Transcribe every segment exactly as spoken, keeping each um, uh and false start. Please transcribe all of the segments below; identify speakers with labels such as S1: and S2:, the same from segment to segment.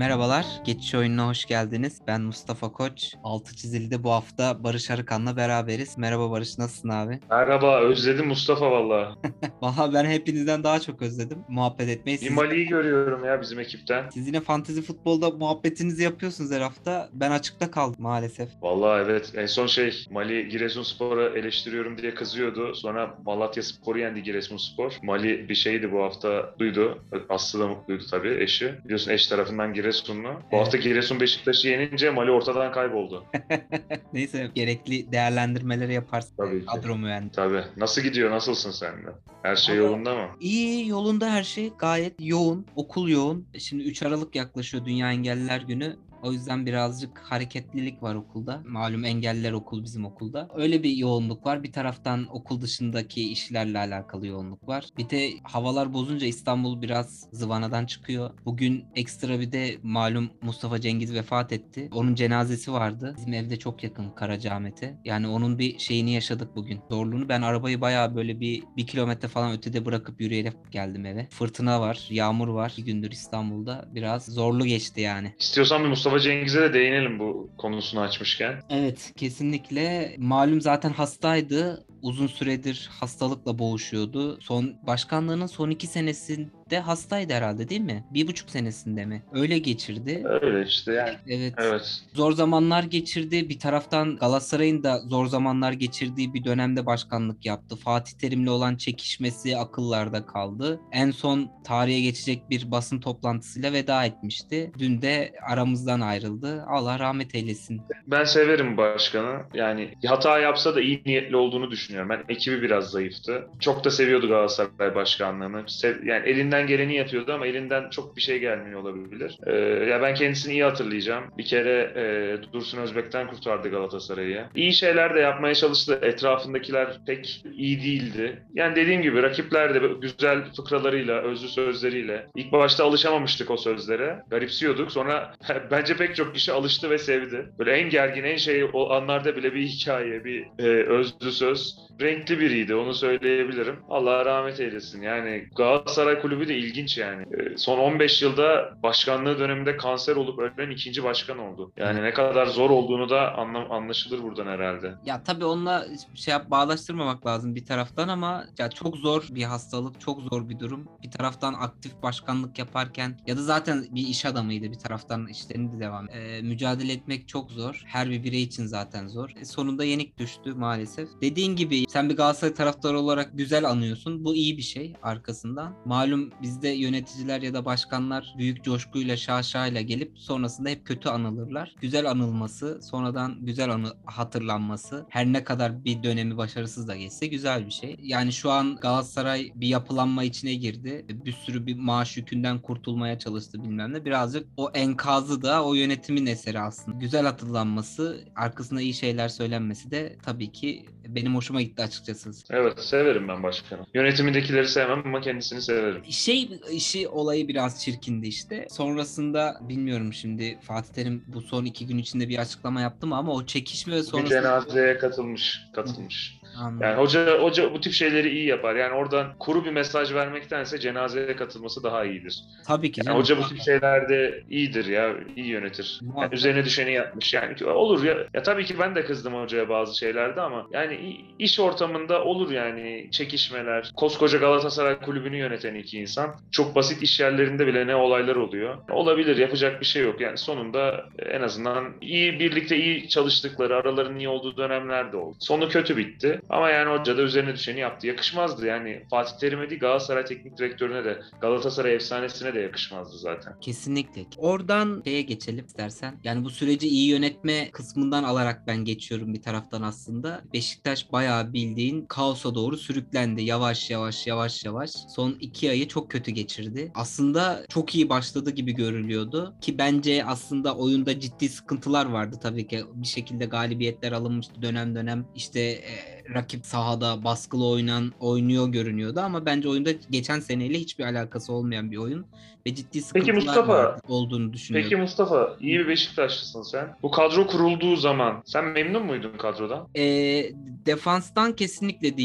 S1: Merhabalar, Geçiş Oyununa hoş geldiniz. Ben Mustafa Koç. Altı Çizili'de bu hafta Barış Arıkan'la beraberiz. Merhaba Barış, nasılsın abi?
S2: Merhaba, özledim Mustafa valla.
S1: Valla ben hepinizden daha çok özledim muhabbet etmeyi.
S2: Bir
S1: Siz yine,
S2: Mali'yi görüyorum ya bizim ekipten.
S1: siz yine fantezi futbolda muhabbetinizi yapıyorsunuz her hafta. Ben açıkta kaldım maalesef.
S2: Valla evet, en son şey Mali Giresunspor'u eleştiriyorum diye kızıyordu. Sonra Malatyaspor'u yendi Giresunspor. Mali bir şeydi bu hafta duydu. Aslı da mutluydu tabii eşi. Biliyorsun eş tarafından Giresunlu. Bu
S1: Evet.
S2: hafta Giresun Beşiktaş'ı yenince Mali ortadan kayboldu.
S1: Neyse, gerekli değerlendirmeleri yaparsın.
S2: Tabii ki.
S1: Kadro mühendisi.
S2: Tabii. Nasıl gidiyor, nasılsın sen de? Her şey
S1: Valla
S2: yolunda mı?
S1: iyi, yolunda her şey gayet yoğun. Okul yoğun. Şimdi üç Aralık yaklaşıyor, Dünya Engelliler Günü. O yüzden birazcık hareketlilik var okulda. Malum engelliler okul bizim okulda. Öyle bir yoğunluk var. Bir taraftan okul dışındaki işlerle alakalı yoğunluk var. Bir de havalar bozunca İstanbul biraz zıvanadan çıkıyor. Bugün ekstra bir de malum Mustafa Cengiz vefat etti. Onun cenazesi vardı. Bizim evde çok yakın Karacaahmet'e. Yani onun bir şeyini yaşadık bugün. Zorluğunu. Ben arabayı bayağı böyle bir, bir kilometre falan ötede bırakıp yürüyerek geldim eve. Fırtına var, yağmur var. Bir gündür İstanbul'da. Biraz zorlu geçti yani.
S2: İstiyorsan bir Mustafa Cengiz'e de değinelim bu konusunu açmışken.
S1: Evet, kesinlikle. Malum zaten hastaydı. Uzun süredir hastalıkla boğuşuyordu. Son başkanlığının son iki senesinde hastaydı herhalde, değil mi? Bir buçuk senesinde mi? Öyle geçirdi.
S2: Öyle işte yani.
S1: Evet.
S2: Evet.
S1: Zor zamanlar geçirdi. Bir taraftan Galatasaray'ın da zor zamanlar geçirdiği bir dönemde başkanlık yaptı. Fatih Terim'le olan çekişmesi akıllarda kaldı. En son tarihe geçecek bir basın toplantısıyla veda etmişti. Dün de aramızdan ayrıldı. Allah rahmet eylesin.
S2: Ben severim başkanı. Yani hata yapsa da iyi niyetli olduğunu düşünüyorum. Ben ekibi biraz zayıftı. Çok da seviyordu Galatasaray başkanlığını. Sev- yani elinden geleni yapıyordu ama elinden çok bir şey gelmiyor olabilir. Ee, ya ben kendisini iyi hatırlayacağım. Bir kere e, Dursun Özbek'ten kurtardı Galatasaray'ı. İyi şeyler de yapmaya çalıştı. Etrafındakiler pek iyi değildi. Yani dediğim gibi rakipler de böyle güzel fıkralarıyla, özlü sözleriyle. İlk başta alışamamıştık o sözlere. Garipsiyorduk. Sonra bence pek çok kişi alıştı ve sevdi. Böyle en gergin, en şey o anlarda bile bir hikaye, bir e, özlü söz. Renkli biriydi, onu söyleyebilirim. Allah rahmet eylesin. Yani Galatasaray Kulübü de ilginç yani. E, son on beş yılda başkanlığı döneminde kanser olup ölen ikinci başkan oldu.
S1: Evet.
S2: Yani ne kadar zor olduğunu da anlam anlaşılır buradan herhalde.
S1: Ya tabii onunla şey yap, bağdaştırmamak lazım bir taraftan ama ya çok zor bir hastalık, çok zor bir durum. Bir taraftan aktif başkanlık yaparken ya da zaten bir iş adamıydı, bir taraftan işlerini de devam. Ee, mücadele etmek çok zor. Her bir birey için zaten zor. E, sonunda yenik düştü maalesef. Dediğin gibi sen bir Galatasaray taraftarı olarak güzel anıyorsun. Bu iyi bir şey arkasından. Malum bizde yöneticiler ya da başkanlar büyük coşkuyla, şaşayla gelip sonrasında hep kötü anılırlar. Güzel anılması, sonradan güzel anı hatırlanması, her ne kadar bir dönemi başarısız da geçse güzel bir şey. Yani şu an Galatasaray bir yapılanma içine girdi. Bir sürü bir maaş yükünden kurtulmaya çalıştı bilmem ne. Birazcık o enkazı da o yönetimin eseri aslında. Güzel hatırlanması, arkasında iyi şeyler söylenmesi de tabii ki benim hoşuma gitti açıkçası.
S2: Evet, severim ben başkanı. Yönetimindekileri sevmem ama kendisini severim.
S1: Şey işi olayı biraz çirkindi işte. Sonrasında bilmiyorum, şimdi Fatih Terim bu son iki gün içinde bir açıklama yaptı mı ama o çekişme ve
S2: Bugün
S1: sonrasında
S2: cenazeye katılmış, katılmış. Yani
S1: anladım.
S2: hoca hoca bu tip şeyleri iyi yapar. Yani oradan kuru bir mesaj vermektense cenazeye katılması daha iyidir.
S1: Tabii ki
S2: Yani
S1: canım.
S2: hoca bu tip şeylerde iyidir ya, iyi yönetir. Yani
S1: Muhakkak.
S2: üzerine düşeni yapmış. Yani olur ya. Ya tabii ki ben de kızdım hocaya bazı şeylerde ama yani iş ortamında olur yani çekişmeler. Koskoca Galatasaray kulübünü yöneten iki insan. Çok basit iş yerlerinde bile ne olaylar oluyor. Olabilir, yapacak bir şey yok. Yani sonunda en azından iyi birlikte iyi çalıştıkları, aralarının iyi olduğu dönemler de oldu. Sonu kötü bitti. Ama yani hoca da üzerine düşeni yaptı. Yakışmazdı yani Fatih Terim'e değil Galatasaray Teknik Direktörüne de Galatasaray efsanesine de yakışmazdı zaten.
S1: Kesinlikle. Oradan şeye geçelim istersen. Yani bu süreci iyi yönetme kısmından alarak ben geçiyorum bir taraftan aslında. Beşiktaş bayağı bildiğin kaosa doğru sürüklendi. Yavaş yavaş yavaş yavaş. Son iki ayı çok kötü geçirdi. Aslında çok iyi başladı gibi görülüyordu. Ki bence aslında oyunda ciddi sıkıntılar vardı tabii ki. Bir şekilde galibiyetler alınmıştı dönem dönem. İşte e, rakip sahada baskılı oynan oynuyor görünüyordu ama bence oyunda geçen seneyle hiçbir alakası olmayan bir oyun ve ciddi
S2: Peki
S1: sıkıntılar vardı
S2: Mustafa,
S1: olduğunu
S2: peki
S1: düşünüyorum.
S2: Mustafa, iyi bir Beşiktaşlısın sen. Bu kadro kurulduğu zaman sen memnun muydun kadrodan?
S1: E, Defanstan kesinlikle değildim.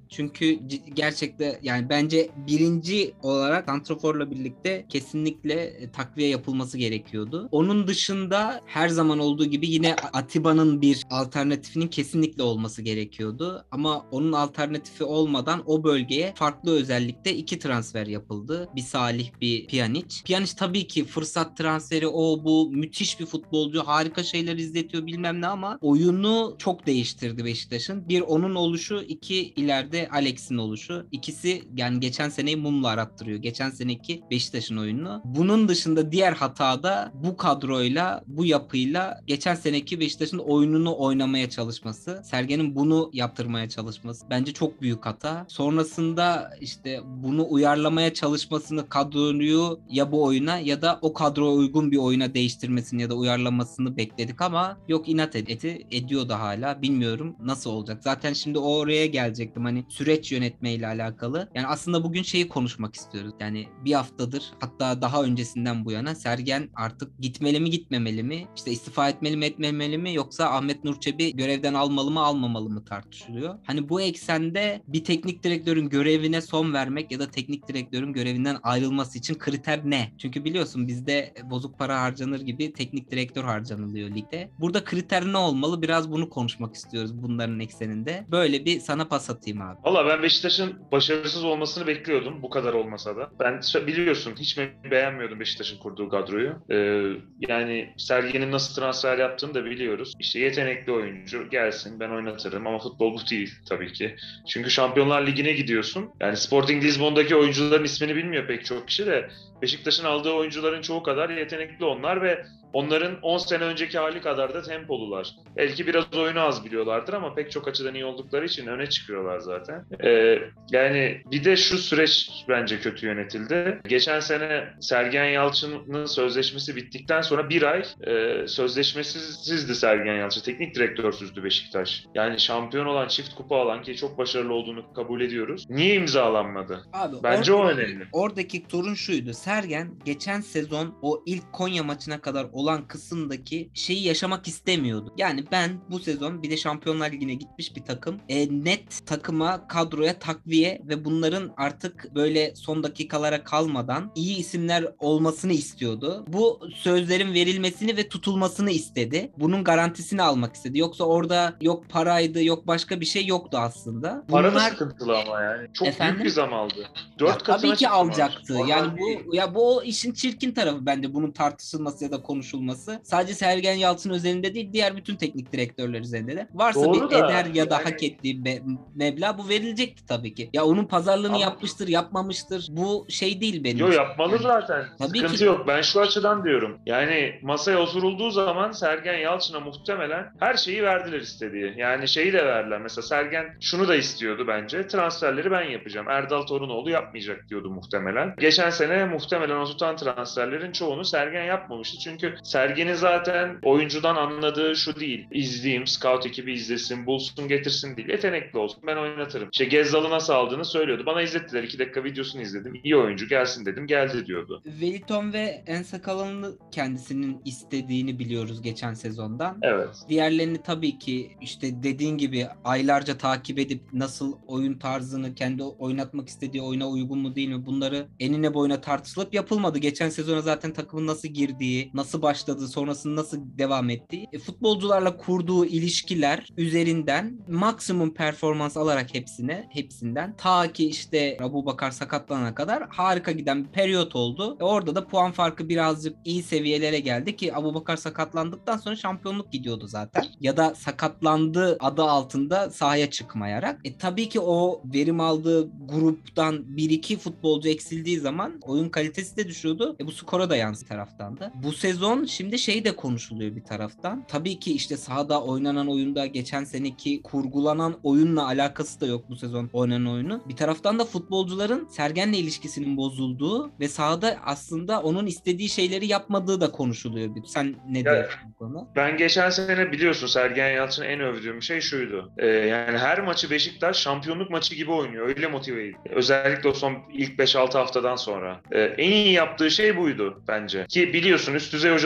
S1: Çünkü c- gerçekten yani bence birinci olarak santraforla birlikte kesinlikle e, takviye yapılması gerekiyordu. Onun dışında her zaman olduğu gibi yine Atiba'nın bir alternatifinin kesinlikle olması gerekiyordu. Ama onun alternatifi olmadan o bölgeye farklı özellikle iki transfer yapıldı. Bir Salih, bir Pjanic. Pjanic tabii ki fırsat transferi, o bu, müthiş bir futbolcu, harika şeyler izletiyor bilmem ne, ama oyunu çok değiştirdi Beşiktaş'ın. Bir onun oluşu, iki ileride Alex'in oluşu. İkisi yani geçen seneyi mumla arattırıyor. Geçen seneki Beşiktaş'ın oyununu. Bunun dışında diğer hata da bu kadroyla, bu yapıyla geçen seneki Beşiktaş'ın oyununu oynamaya çalışması. Sergen'in bunu yaptırmaya çalışması. Bence çok büyük hata. Sonrasında işte bunu uyarlamaya çalışmasını, kadroyu ya bu oyuna ya da o kadroya uygun bir oyuna değiştirmesini ya da uyarlamasını bekledik ama yok, inat eti ediyor da hala. Bilmiyorum nasıl olacak. Zaten şimdi oraya gelecektim, hani süreç yönetmeyle alakalı. Yani aslında bugün şeyi konuşmak istiyoruz. Yani bir haftadır, hatta daha öncesinden bu yana Sergen artık gitmeli mi gitmemeli mi? İşte istifa etmeli mi etmemeli mi? Yoksa Ahmet Nur Çebi görevden almalı mı almamalı mı tartışılıyor. Hani bu eksende bir teknik direktörün görevine son vermek ya da teknik direktörün görevinden ayrılması için kriter ne? Çünkü biliyorsun bizde bozuk para harcanır gibi teknik direktör harcanılıyor ligde. Burada kriter ne olmalı? Biraz bunu konuşmak istiyoruz bunların ekseninde. Böyle bir sana pas atayım abi.
S2: Valla ben Beşiktaş'ın başarısız olmasını bekliyordum, bu kadar olmasa da. Ben sö- biliyorsun hiç mi beğenmiyordum Beşiktaş'ın kurduğu kadroyu. Ee, yani Sergen'in nasıl transfer yaptığını da biliyoruz. İşte yetenekli oyuncu gelsin, ben oynatırım, ama futbol bu değil tabii ki. Çünkü Şampiyonlar Ligi'ne gidiyorsun. Yani Sporting Lisbon'daki oyuncuların ismini bilmiyor pek çok kişi de. Beşiktaş'ın aldığı oyuncuların çoğu kadar yetenekli onlar ve onların on sene önceki hali kadar da tempolular. Belki biraz oyunu az biliyorlardır ama pek çok açıdan iyi oldukları için öne çıkıyorlar zaten. Ee, yani bir de şu süreç bence kötü yönetildi. Geçen sene Sergen Yalçın'ın sözleşmesi bittikten sonra bir ay e, sözleşmesizdi Sergen Yalçın. Teknik direktörsüzdü Beşiktaş. Yani şampiyon olan, çift kupa alan, ki çok başarılı olduğunu kabul ediyoruz. Niye imzalanmadı?
S1: Abi
S2: Bence o
S1: oradaki,
S2: önemli.
S1: oradaki sorun şuydu. Sergen geçen sezon o ilk Konya maçına kadar olan kısımdaki şeyi yaşamak istemiyordu. Yani ben bu sezon, bir de Şampiyonlar Ligi'ne gitmiş bir takım, e, net takıma, kadroya takviye ve bunların artık böyle son dakikalara kalmadan iyi isimler olmasını istiyordu. Bu sözlerin verilmesini ve tutulmasını istedi. Bunun garantisini almak istedi. Yoksa orada yok paraydı, yok başka bir şey yoktu aslında.
S2: Para da
S1: Bunlar
S2: sıkıntılı ama yani. Çok büyük bir
S1: efendim.
S2: zam aldı.
S1: Ya
S2: Dört
S1: tabii
S2: katına
S1: ki
S2: çıktı maaş.
S1: alacaktı.
S2: Normal
S1: Yani
S2: değil.
S1: bu ya bu o işin çirkin tarafı bence, bunun tartışılması ya da konuşulması. Sadece Sergen Yalçın özelinde değil, diğer bütün teknik direktörler üzerinde de. Varsa bir
S2: Doğru
S1: eder
S2: da
S1: ya da hak
S2: yani,
S1: ettiği be- meblağ, bu verilecekti tabii ki. Ya onun pazarlığını
S2: ama
S1: yapmıştır, yapmamıştır. Bu şey değil benim
S2: yo,
S1: için.
S2: yapmalı
S1: Yani
S2: zaten.
S1: tabii
S2: Sıkıntı
S1: ki.
S2: yok. Ben şu açıdan diyorum. Yani masaya oturulduğu zaman Sergen Yalçın'a muhtemelen her şeyi verdiler istediği. Yani şeyi de verdiler. Mesela Sergen şunu da istiyordu bence. Transferleri ben yapacağım. Erdal Torunoğlu yapmayacak diyordu muhtemelen. Geçen sene muhtemelen o tutan transferlerin çoğunu Sergen yapmamıştı. Çünkü Sergen'in zaten oyuncudan anladığı şu değil. İzleyeyim, scout ekibi izlesin, bulsun, getirsin değil. Yetenekli olsun, ben oynatırım. İşte Gezzal'ı nasıl aldığını söylüyordu. Bana izlettiler. iki dakika videosunu izledim. İyi oyuncu gelsin dedim. Geldi diyordu.
S1: Wellington ve Ensakala'nın kendisinin istediğini biliyoruz geçen sezondan.
S2: Evet.
S1: Diğerlerini tabii ki işte dediğin gibi aylarca takip edip nasıl oyun tarzını, kendi oynatmak istediği oyuna uygun mu değil mi, bunları enine boyuna tartışılıp yapılmadı. Geçen sezona zaten takımın nasıl girdiği, nasıl başladığı, sonrasında nasıl devam ettiği, e, futbolcularla kurduğu ilişkiler üzerinden maksimum performans alarak hepsine, hepsinden ta ki işte Abubakar sakatlanana kadar harika giden bir periyot oldu. E orada da puan farkı birazcık iyi seviyelere geldi ki Abubakar sakatlandıktan sonra şampiyonluk gidiyordu zaten. Ya da sakatlandı adı altında sahaya çıkmayarak. E tabii ki o verim aldığı gruptan bir iki futbolcu eksildiği zaman oyun kalitesi de düşüyordu. E bu skora da yansıdı taraftan da. Bu sezon şimdi şey de konuşuluyor bir taraftan. Tabii ki işte sahada oynanan oyunda geçen seneki kurgulanan oyunla alakası da yok bu sezon oynanan oyunu. Bir taraftan da futbolcuların Sergen'le ilişkisinin bozulduğu ve sahada aslında onun istediği şeyleri yapmadığı da konuşuluyor. Sen ne
S2: Ya,
S1: diyorsun bu konuda?
S2: ben geçen sene biliyorsun Sergen Yalçın'ı en övdüğüm şey şuydu. Ee, yani her maçı Beşiktaş şampiyonluk maçı gibi oynuyor. Öyle motiveydi. Özellikle o son ilk beş altı haftadan sonra. Ee, en iyi yaptığı şey buydu bence. Ki biliyorsun üst düzey hocalar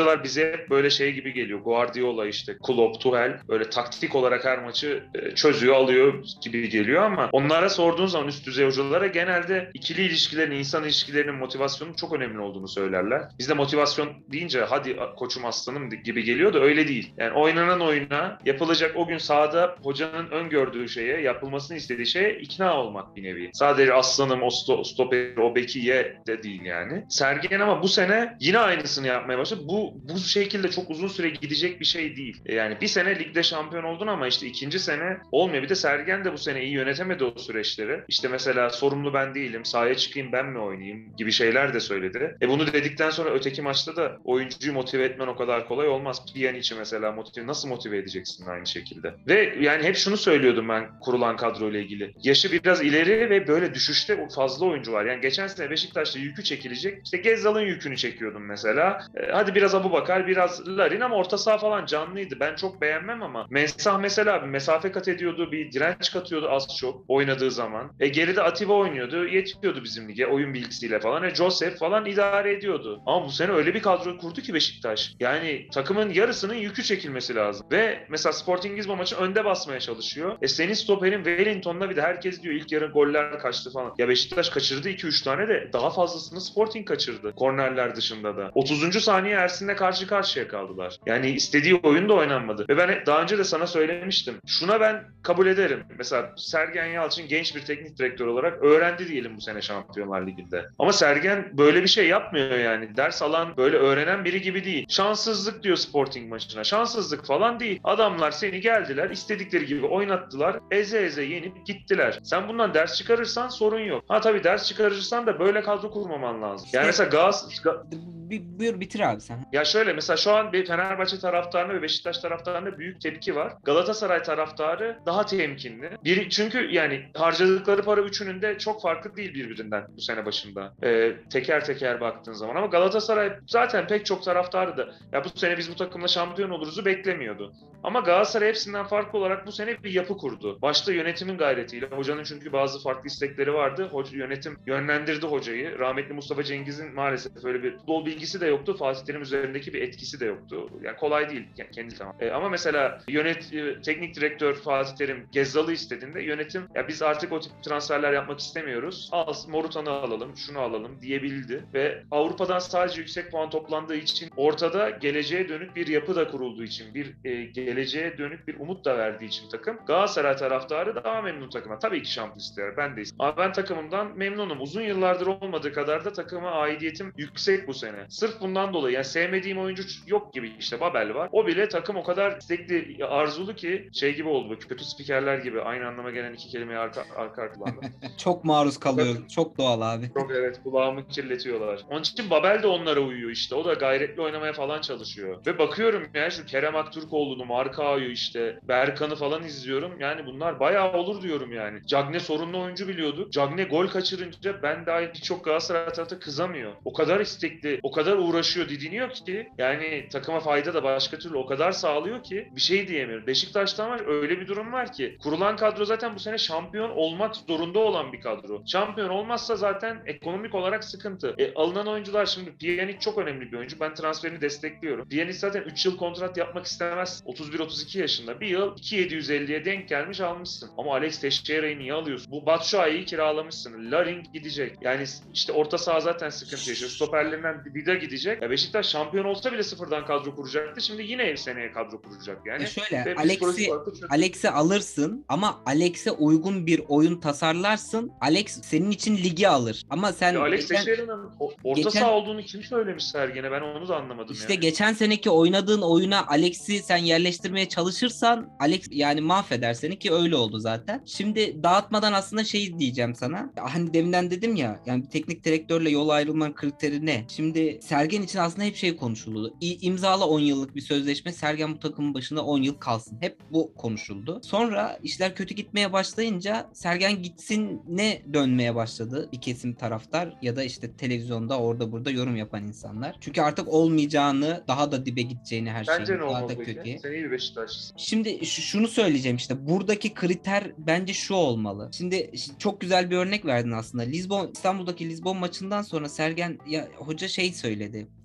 S2: hocalar bize hep böyle şey gibi geliyor. Guardiola işte, Klopp, Tuchel böyle taktik olarak her maçı e, çözüyor, alıyor gibi geliyor ama onlara sorduğun zaman üst düzey hocalara genelde ikili ilişkilerin, insan ilişkilerinin motivasyonun çok önemli olduğunu söylerler. Bizde motivasyon deyince hadi koçum aslanım gibi geliyor da öyle değil. Yani oynanan oyuna, yapılacak o gün sahada hocanın öngördüğü şeye, yapılmasını istediği şeye ikna olmak bir nevi. Sadece aslanım, o sto- stoperi, o beki ye de değil yani. Sergen ama bu sene yine aynısını yapmaya başladı. Bu bu şekilde çok uzun süre gidecek bir şey değil. Yani bir sene ligde şampiyon oldun ama işte ikinci sene olmuyor. Bir de Sergen de bu sene iyi yönetemedi o süreçleri. İşte mesela sorumlu ben değilim, sahaya çıkayım ben mi oynayayım gibi şeyler de söyledi. E bunu dedikten sonra öteki maçta da oyuncuyu motive etmen o kadar kolay olmaz. Pjanic'i mesela motive, nasıl motive edeceksin aynı şekilde? Ve yani hep şunu söylüyordum ben kurulan kadroyla ilgili. Yaşı biraz ileri ve böyle düşüşte fazla oyuncu var. Yani geçen sene Beşiktaş'ta yükü çekilecek. İşte Gezzal'ın yükünü çekiyordum mesela. E, hadi biraz Abubakar, biraz Larin ama orta saha falan canlıydı. Ben çok beğenmem ama Mensah mesela bir mesafe kat ediyordu, bir direnç katıyordu az çok oynadığı zaman. E geride Atiba oynuyordu, yetiyordu bizim lige oyun bilgisiyle falan. E Joseph falan idare ediyordu. Ama bu sene öyle bir kadro kurdu ki Beşiktaş. Yani takımın yarısının yükü çekilmesi lazım. Ve mesela Sporting Lisbon maçı önde basmaya çalışıyor. E senin stoperin Wellington'la bir de herkes diyor ilk yarı goller kaçtı falan. Ya Beşiktaş kaçırdı iki üç tane de daha fazlasını Sporting kaçırdı. Kornerler dışında da. otuzuncu saniye Ersin'le karşı karşıya kaldılar. Yani istediği oyun da oynanmadı. Ve ben daha önce de sana söylemiştim. Şuna ben kabul ederim. Mesela Sergen Yalçın genç bir teknik direktör olarak öğrendi diyelim bu sene Şampiyonlar Ligi'nde. Ama Sergen böyle bir şey yapmıyor yani. Ders alan, böyle öğrenen biri gibi değil. Şanssızlık diyor Sporting maçına. Şanssızlık falan değil. Adamlar seni geldiler, istedikleri gibi oynattılar. Eze eze yenip gittiler. Sen bundan ders çıkarırsan sorun yok. Ha tabii ders çıkarırsan da böyle kadro kurmaman lazım. Yani mesela Gaz...
S1: Bir, buyur bitir abi sen.
S2: Ya şöyle mesela şu an bir Fenerbahçe taraftarına ve Beşiktaş taraftarına büyük tepki var. Galatasaray taraftarı daha temkinli. Biri, çünkü yani harcadıkları para üçünün de çok farklı değil birbirinden bu sene başında. Ee, teker teker baktığın zaman. Ama Galatasaray zaten pek çok taraftarı da ya bu sene biz bu takımla şampiyon oluruzu beklemiyordu. Ama Galatasaray hepsinden farklı olarak bu sene bir yapı kurdu. Başta yönetimin gayretiyle. Hocanın çünkü bazı farklı istekleri vardı. Hoca, yönetim yönlendirdi hocayı. Rahmetli Mustafa Cengiz'in maalesef öyle bir futbol bilgisi de yoktu. Fatih Terim üzerindeki bir etkisi de yoktu. Yani kolay değil kendi tamam. E, ama mesela yönet e, teknik direktör Fatih Terim Gezzal'ı istediğinde yönetim ya biz artık o tip transferler yapmak istemiyoruz. Al Morutan'ı alalım, şunu alalım diyebildi ve Avrupa'dan sadece yüksek puan toplandığı için ortada geleceğe dönük bir yapı da kurulduğu için bir e, geleceğe dönük bir umut da verdiği için takım Galatasaray taraftarı daha memnun takıma. Tabii ki şampiyon ister. Ben de isterim. Ama ben takımımdan memnunum. Uzun yıllardır olmadığı kadar da takıma aidiyetim yüksek bu sene. Sırf bundan dolayı yani sevmediğim oyuncu yok gibi işte Babel var. O bile takım o kadar istekli, arzulu ki şey gibi oldu. Kötü spikerler gibi aynı anlama gelen iki kelimeyi arka arka arka kullandı.
S1: Çok maruz kalıyor. Çok doğal abi.
S2: Çok evet kulağımı kirletiyorlar. Onun için Babel de onlara uyuyor işte. O da gayretli oynamaya falan çalışıyor. Ve bakıyorum ya şu Kerem Aktürkoğlu'nu, Markao'yu işte Berkan'ı falan izliyorum. Yani bunlar bayağı olur diyorum yani. Cagne sorunlu oyuncu biliyorduk. Cagne gol kaçırınca ben dahil birçok Galatasaray taraftarı kızamıyor. O kadar istekli, o kadar uğraşıyor, didiniyor ki yani takıma fayda da başka türlü o kadar sağlıyor ki bir şey diyemiyorum. Beşiktaş'ta var öyle bir durum var ki kurulan kadro zaten bu sene şampiyon olmak zorunda olan bir kadro. Şampiyon olmazsa zaten ekonomik olarak sıkıntı. E, alınan oyuncular şimdi Pjanic çok önemli bir oyuncu. Ben transferini destekliyorum. Pjanic zaten üç yıl kontrat yapmak istemez. otuz bir otuz iki yaşında. Bir yıl iki bin yedi yüz elliye denk gelmiş almışsın. Ama Alex Teixeira'yı niye alıyorsun? Bu Batshuayi'yi kiralamışsın. Larin gidecek. Yani işte orta saha zaten sıkıntı yaşıyor. Stoperlerinden Vida gidecek. Ya Beşiktaş şampiyon olsa bile sıfırdan kadro kuracaktı. Şimdi yine seneye kadro kuracak. Yani
S1: e şöyle
S2: Ve
S1: Alex'i
S2: psikolojik olarak da çok-
S1: Alex'i alırsın ama Alex'e uygun bir oyun tasarlarsın. Alex senin için ligi alır. Ama sen
S2: Ya Alex
S1: geçen,
S2: Teixeira'nın o- orta
S1: geçen
S2: saha olduğunu kim söylemiş Sergen'e? Ben onu da anlamadım
S1: işte
S2: ya.
S1: geçen seneki oynadığın oyuna Alex'i sen yerleştirmeye çalışırsan Alex yani mahveder seni ki öyle oldu zaten. Şimdi dağıtmadan aslında şey diyeceğim sana. Hani deminden dedim ya yani bir teknik direktörle yol ayrılma kriteri ne? Şimdi Sergen için aslında hep şey konuşuldu. İ, imzala on yıllık bir sözleşme. Sergen bu takımın başında on yıl kalsın. Hep bu konuşuldu. Sonra işler kötü gitmeye başlayınca Sergen gitsin ne dönmeye başladı bir kesim taraftar ya da işte televizyonda orada burada yorum yapan insanlar. Çünkü artık olmayacağını, daha da dibe gideceğini her
S2: Bence
S1: şeyin,
S2: ne
S1: daha
S2: olmalı
S1: da
S2: peki?
S1: kötüye.
S2: Sen iyi bir Beşiktaşlısın.
S1: Şimdi ş- şunu söyleyeceğim işte buradaki kriter bence şu olmalı. Şimdi ş- çok güzel bir örnek verdin aslında. Lisbon İstanbul'daki Lisbon maçından sonra Sergen ya hoca şey söyledi.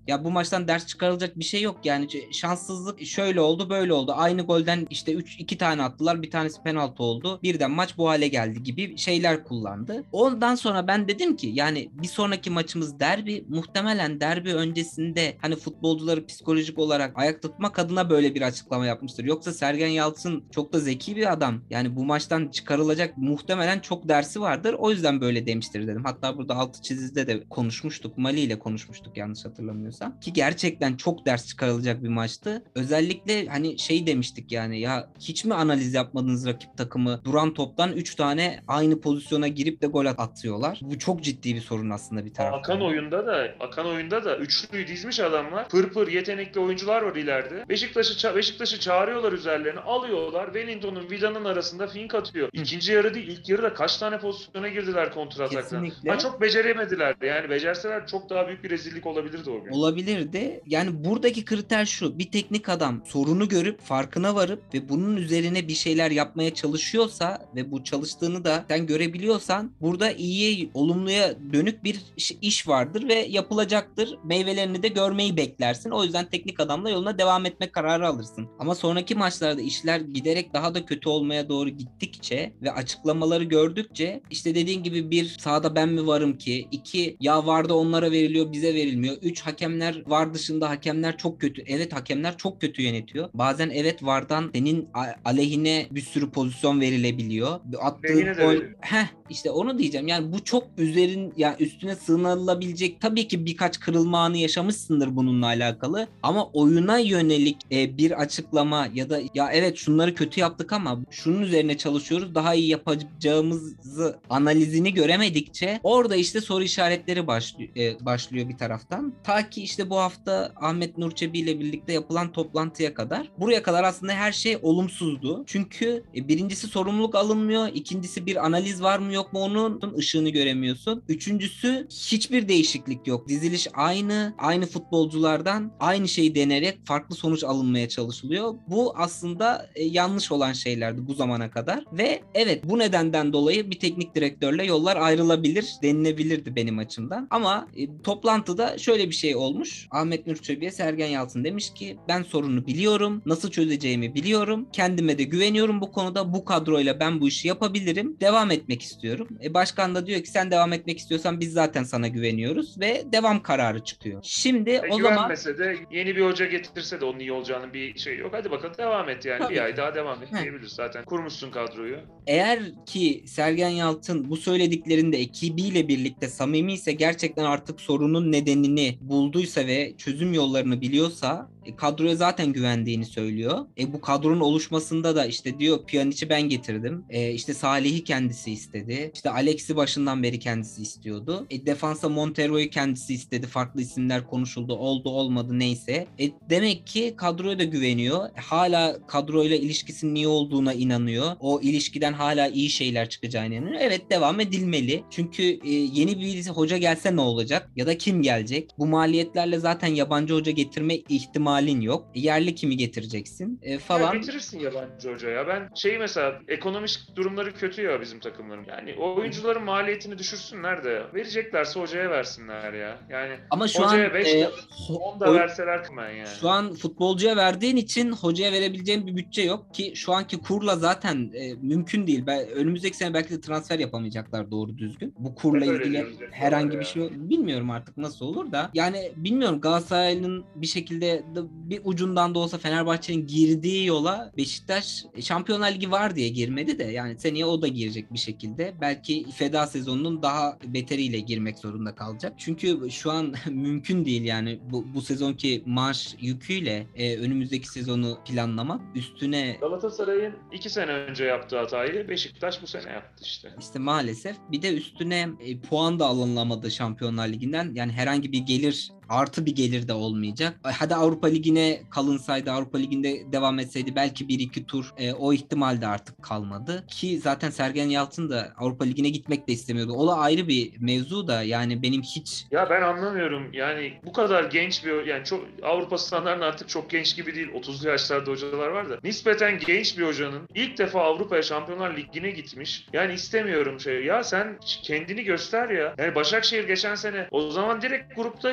S1: Ya bu maçtan ders çıkarılacak bir şey yok yani. Şanssızlık şöyle oldu, böyle oldu. Aynı golden işte üç iki tane attılar. Bir tanesi penaltı oldu. Birden maç bu hale geldi gibi şeyler kullandı. Ondan sonra ben dedim ki yani bir sonraki maçımız derbi. Muhtemelen derbi öncesinde hani futbolcuları psikolojik olarak ayakta tutmak adına böyle bir açıklama yapmıştır. Yoksa Sergen Yalçın çok da zeki bir adam. Yani bu maçtan çıkarılacak muhtemelen çok dersi vardır. O yüzden böyle demiştir dedim. Hatta burada altı çizide de konuşmuştuk. Mali ile konuşmuştuk yanlış hatırlamıyorsam. Ki gerçekten çok ders çıkarılacak bir maçtı. Özellikle hani şey demiştik yani ya hiç mi analiz yapmadınız rakip takımı? Duran toptan üç tane aynı pozisyona girip de gol atıyorlar. Bu çok ciddi bir sorun aslında bir taraftan.
S2: Akan oyunda da akan oyunda da üçlüyü dizmiş adamlar. Pır pır yetenekli oyuncular var ileride. Beşiktaş'ı ça- Beşiktaş'ı çağırıyorlar üzerlerine. Alıyorlar. Wellington'un Vida'nın arasında fink atıyor. İkinci yarı değil, ilk yarıda kaç tane pozisyona girdiler kontrataktan.
S1: Kesinlikle.
S2: Ha çok beceremediler. Yani becerseler çok daha büyük bir rezillik olabilirdi o gün.
S1: Olabilirdi. Yani buradaki kriter şu. Bir teknik adam sorunu görüp farkına varıp ve bunun üzerine bir şeyler yapmaya çalışıyorsa ve bu çalıştığını da sen görebiliyorsan burada iyiye, olumluya dönük bir iş vardır ve yapılacaktır. Meyvelerini de görmeyi beklersin. O yüzden teknik adamla yoluna devam etme kararı alırsın. Ama sonraki maçlarda işler giderek daha da kötü olmaya doğru gittikçe ve açıklamaları gördükçe işte dediğin gibi bir sahada ben mi varım ki? İki ya vardı onlara veriliyor bize verilmiyor. Üç hakemler var dışında hakemler çok kötü. Evet hakemler çok kötü yönetiyor. Bazen evet vardan senin aleyhine bir sürü pozisyon verilebiliyor. Attığın gol. Heh işte onu diyeceğim. Yani bu çok üzerin yani üstüne sığınılabilecek tabii ki birkaç kırılma anı yaşamışsındır bununla alakalı. Ama oyuna yönelik e, bir açıklama ya da ya evet şunları kötü yaptık ama şunun üzerine çalışıyoruz. Daha iyi yapacağımızı analizini göremedikçe orada işte soru işaretleri başlıyor, e, başlıyor bir taraftan. Ta ki işte bu hafta Ahmet Nur Çebi ile birlikte yapılan toplantıya kadar. Buraya kadar aslında her şey olumsuzdu. Çünkü e, birincisi sorumluluk alınmıyor. İkincisi bir analiz var mı yok mu onun ışığını göremiyorsun. Üçüncüsü hiçbir değişiklik yok. Diziliş aynı. Aynı futbolculardan aynı şeyi denerek farklı sonuç alınmaya çalışılıyor. Bu aslında e, yanlış olan şeylerdi bu zamana kadar. Ve evet bu nedenden dolayı bir teknik direktörle yollar ayrılabilir denilebilirdi benim açımdan. Ama e, toplantıda şöyle bir şey olmuş. Ahmet Nur Çebi'ye Sergen Yalçın demiş ki ben sorunu biliyorum. Nasıl çözeceğimi biliyorum. Kendime de güveniyorum bu konuda. Bu kadroyla ben bu işi yapabilirim. Devam etmek istiyorum. E, başkan da diyor ki sen devam etmek istiyorsan biz zaten sana güveniyoruz ve devam kararı çıkıyor. Şimdi
S2: e,
S1: o zaman
S2: güvenmese de yeni bir hoca getirse de onun iyi olacağının bir şey yok. Hadi bakalım devam et yani.
S1: Tabii
S2: bir ay
S1: ki.
S2: daha devam et diyebiliriz zaten. Kurmuşsun kadroyu.
S1: Eğer ki Sergen Yalçın bu söylediklerinde ekibiyle birlikte samimi ise gerçekten artık sorunun nedenini bulduysa ve çözüm yollarını biliyorsa e, kadroya zaten güvendiğini söylüyor. E, bu kadronun oluşmasında da işte diyor Pjanic'i ben getirdim. E, işte Salih'i kendisi istedi. İşte Alex'i başından beri kendisi istiyordu. E, defansa Montero'yu kendisi istedi. Farklı isimler konuşuldu. Oldu olmadı neyse. E, demek ki kadroya da güveniyor. E, hala kadroyla ilişkisinin iyi olduğuna inanıyor. O ilişkiden hala iyi şeyler çıkacağına inanıyor. Evet devam edilmeli. Çünkü e, yeni bir hoca gelse ne olacak? Ya da kim gelecek? Bu maliyetlerle zaten yabancı hoca getirme ihtimalin yok. E, yerli kimi getireceksin? E, falan.
S2: Ya getirirsin yabancı hoca ya. Ben şey mesela ekonomik durumları kötü ya bizim takımların. Yani oyuncuların maliyetini düşürsünler de ya. Vereceklerse hocaya versinler ya. Yani
S1: ama şu
S2: hocaya
S1: an
S2: beş
S1: e,
S2: de on da
S1: oy-
S2: verseler kımen yani.
S1: Şu an futbolcuya verdiğin için hocaya verebileceğin bir bütçe yok ki şu anki kurla zaten e, mümkün değil. Ben, önümüzdeki sene belki de transfer yapamayacaklar doğru düzgün. Bu kurla
S2: Hep öyle
S1: ilgili
S2: diyoruz hep
S1: herhangi
S2: ya.
S1: bir şey yok. Bilmiyorum artık nasıl olur da. Yani bilmiyorum Galatasaray'ın bir şekilde de bir ucundan da olsa Fenerbahçe'nin girdiği yola Beşiktaş e, Şampiyonlar Ligi var diye girmedi de yani seneye o da girecek bir şekilde. Belki feda sezonunun daha beteriyle girmek zorunda kalacak. Çünkü şu an mümkün değil yani bu, bu sezonki maaş yüküyle e, önümüzdeki sezonu planlamak üstüne
S2: Galatasaray'ın iki sene önce yaptığı hatayı Beşiktaş bu sene yaptı işte.
S1: işte maalesef bir de üstüne e, puan da alınamadı Şampiyonlar Ligi'nden yani herhangi bir gelir artı bir gelir de olmayacak. Hadi Avrupa Ligi'ne kalınsaydı Avrupa Ligi'nde devam etseydi belki bir iki tur e, o ihtimal de artık kalmadı. Ki zaten Sergen Yalçın da Avrupa Ligi'ne gitmek de istemiyordu. O da ayrı bir mevzu da yani benim hiç
S2: Ya ben anlamıyorum yani bu kadar genç bir yani çok Avrupa standartında artık çok genç gibi değil. otuzlu yaşlarda hocalar var da nispeten genç bir hocanın ilk defa Avrupa'ya Şampiyonlar Ligi'ne gitmiş. Yani istemiyorum şey. Ya sen kendini göster ya. Yani Başakşehir geçen sene o zaman direkt grupta hiç oynamadı.